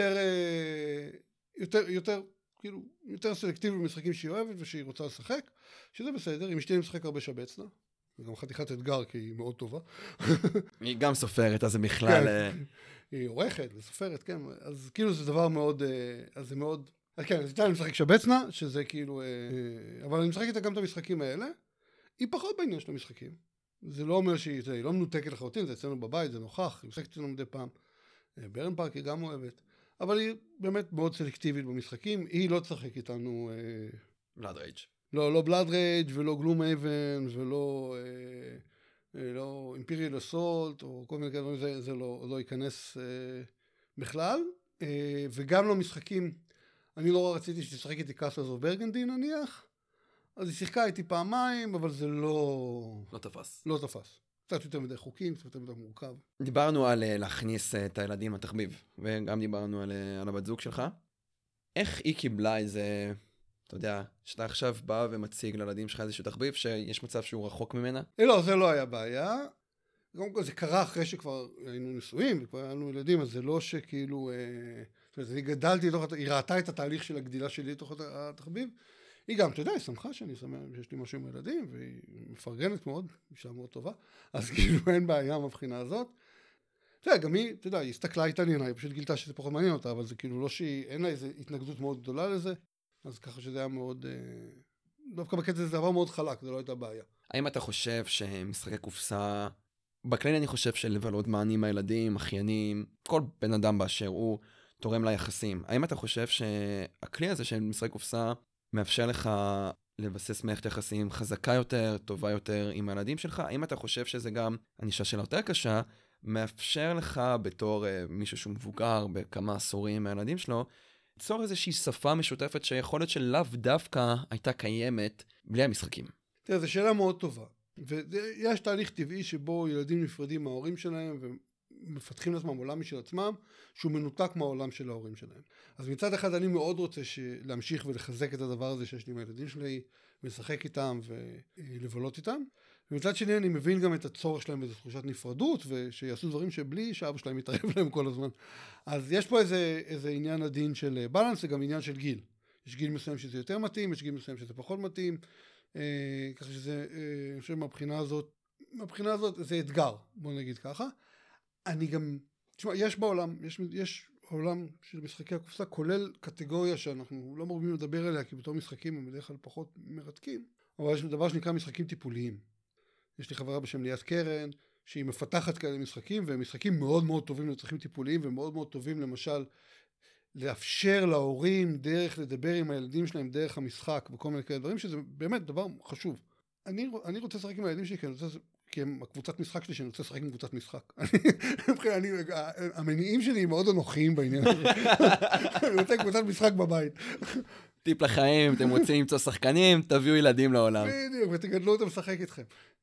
יותר סלקטיבית במשחקים שהיא אוהבת ושהיא רוצה לשחק, שזה בסדר. אם אשתי משחק הרבה שבצנה, זה גם חתיכת אתגר, כי היא מאוד טובה. היא גם סופרת, אז זה בכלל... היא עורכת וסופרת, כן. אז כאילו זה דבר מאוד... אז זה מאוד... אז כן, אז איתה אני משחק שבצנה, שזה כאילו... אבל אני משחק איתה גם את המשחקים האלה. היא פחות בעניין של המשחקים. זה לא אומר שהיא לא מנותקת לחלוטין, זה אצלנו בבית, זה נוכח, היא משחקת אצלנו מדי פעם. ברן פארק היא גם אוהבת. אבל היא באמת מאוד סלקטיבית במשחקים. היא לא תשחק איתנו... בלאד רייג'. לא בלאד רייג' ולא גלום אייבן ולא אימפריאל אסולט או כל מיני כאלה, זה לא ייכנס בכלל. וגם לא משחקים, אני לא רציתי שתשחק איתי קאסלס או ברגנדי נניח, אז היא שיחקה איתי פעמיים, אבל זה לא תפס. לא תפס. קצת יותר מדי חוקים, קצת יותר מדי מורכב. דיברנו על להכניס את הילדים לתחביב, וגם דיברנו על הבת זוג שלך. איך היא קיבלה איזה... אתה יודע, שאתה עכשיו בא ומציג לילדים שלך איזשהו תחביב, שיש מצב שהוא רחוק ממנה? לא, זה לא היה בעיה. גם כל זה קרה אחרי שכבר היינו נשואים, וכבר היינו ילדים, אז זה לא שכאילו... אני גדלתי, היא ראתה את התהליך של הגדילה שלי לתוך התחביב. היא גם, אתה יודע, היא שמחה שאני שמח שיש לי משהו עם ילדים, והיא מפרגנת מאוד, אישה מאוד טובה, אז כאילו אין בעיה מבחינה הזאת. אתה יודע, גם היא, אתה יודע, היא הסתכלה התעניינה, היא פשוט גילתה שזה פחות מעניין אותה, אבל זה כאילו לא אין לה איזו התנגדות מאוד גדולה לזה. אז ככה שזה היה מאוד, דווקא בקטע זה דבר מאוד חלק, זה לא הייתה בעיה. האם אתה חושב שמשחקי קופסה, בכלל אני חושב שלבלות מענים מהילדים, אחיינים, כל בן אדם באשר הוא תורם ליחסים. האם אתה חושב שהכלי הזה של משחקי קופסה מאפשר לך לבסס מערכת יחסים חזקה יותר, טובה יותר עם הילדים שלך? האם אתה חושב שזה גם, אני אשאל שאלה יותר קשה, מאפשר לך בתור מישהו שהוא מבוגר בכמה עשורים מהילדים שלו, ליצור איזושהי שפה משותפת שיכול להיות שלאו דווקא הייתה קיימת בלי המשחקים? תראה, זו שאלה מאוד טובה. ויש תהליך טבעי שבו ילדים נפרדים מההורים שלהם ומפתחים לעצמם עולם משל עצמם, שהוא מנותק מהעולם של ההורים שלהם. אז מצד אחד אני מאוד רוצה להמשיך ולחזק את הדבר הזה שיש לי עם הילדים שלי, ולשחק איתם ולבלות איתם. ומצד שני אני מבין גם את הצורך שלהם באיזו תחושת נפרדות, ושיעשו דברים שבלי שאבא שלהם יתערב להם כל הזמן. אז יש פה איזה עניין עדין של בלנס, זה גם עניין של גיל. יש גיל מסוים שזה יותר מתאים, יש גיל מסוים שזה פחות מתאים. ככה שזה, אני חושב מהבחינה הזאת זה אתגר, בוא נגיד ככה. אני גם, תשמע, יש בעולם, יש עולם של משחקי הקופסה, כולל קטגוריה שאנחנו לא מרבים לדבר עליה, כי בתור משחקים הם בדרך כלל פחות מרתקים, אבל יש דבר שנקרא משחקים טיפוליים. יש לי חברה בשם ליאת קרן, שהיא מפתחת כאלה משחקים, והם משחקים מאוד מאוד טובים לצרכים טיפוליים, ומאוד מאוד טובים למשל, לאפשר להורים דרך לדבר עם הילדים שלהם, דרך המשחק, וכל מיני כאלה דברים, שזה באמת דבר חשוב. אני רוצה לשחק עם הילדים שלי, כי הם הקבוצת משחק שלי, שאני רוצה לשחק עם קבוצת משחק. המניעים שלי הם מאוד אנוכיים בעניין הזה. אני רוצה קבוצת משחק בבית. טיפ לחיים, אתם רוצים למצוא שחקנים, תביאו ילדים לעולם. בדיוק, ותגדלו אותם לשחק איתכם.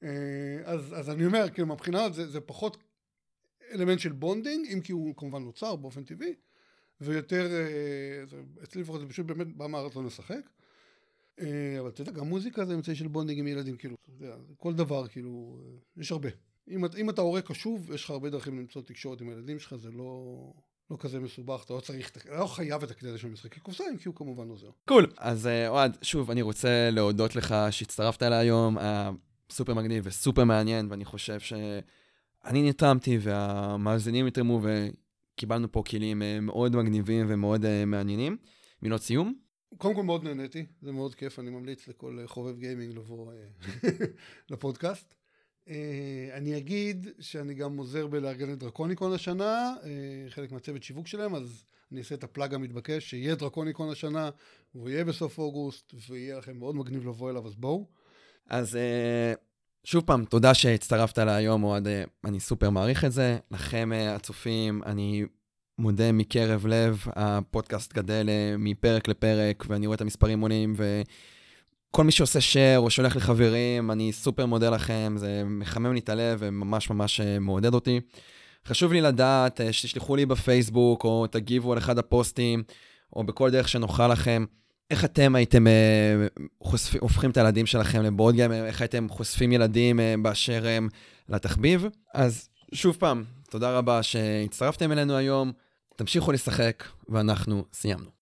אז אני אומר, כאילו, מבחינה זה פחות אלמנט של בונדינג, אם כי הוא כמובן נוצר באופן טבעי, ויותר, אצלי לפחות זה פשוט באמת בא מהרצון לשחק. אבל אתה יודע, גם מוזיקה זה אמצעי של בונדינג עם ילדים, כאילו, אתה יודע, כל דבר, כאילו, יש הרבה. אם אתה הורה קשוב, יש לך הרבה דרכים למצוא תקשורת עם הילדים שלך, זה לא כזה מסובך, אתה לא חייב את הכדי הזה של משחקי קופסה, אם כי הוא כמובן עוזר. קול. אז אוהד, שוב, אני רוצה להודות לך שהצטרפת אליי היום, סופר מגניב וסופר מעניין, ואני חושב שאני נתרמתי והמאזינים יתרמו, וקיבלנו פה כלים מאוד מגניבים ומאוד מעניינים. מילות סיום? קודם כל מאוד נהניתי, זה מאוד כיף, אני ממליץ לכל חובב גיימינג לבוא לפודקאסט. אני אגיד שאני גם עוזר בלארגן את דרקוניקון השנה, חלק מהצוות שיווק שלהם, אז אני אעשה את הפלאג המתבקש, שיהיה דרקוניקון השנה, והוא יהיה בסוף אוגוסט, ויהיה לכם מאוד מגניב לבוא אליו, אז בואו. אז שוב פעם, תודה שהצטרפת להיום, אוהד, אני סופר מעריך את זה. לכם הצופים, אני מודה מקרב לב, הפודקאסט גדל מפרק לפרק, ואני רואה את המספרים עולים, כל מי שעושה share או שולח לחברים, אני סופר מודה לכם, זה מחמם לי את הלב וממש ממש מעודד אותי. חשוב לי לדעת שתשלחו לי בפייסבוק, או תגיבו על אחד הפוסטים, או בכל דרך שנוכל לכם, איך אתם הייתם הופכים את הילדים שלכם לבורד גיימר, איך הייתם חושפים ילדים באשר הם לתחביב. אז שוב פעם, תודה רבה שהצטרפתם אלינו היום, תמשיכו לשחק, ואנחנו סיימנו.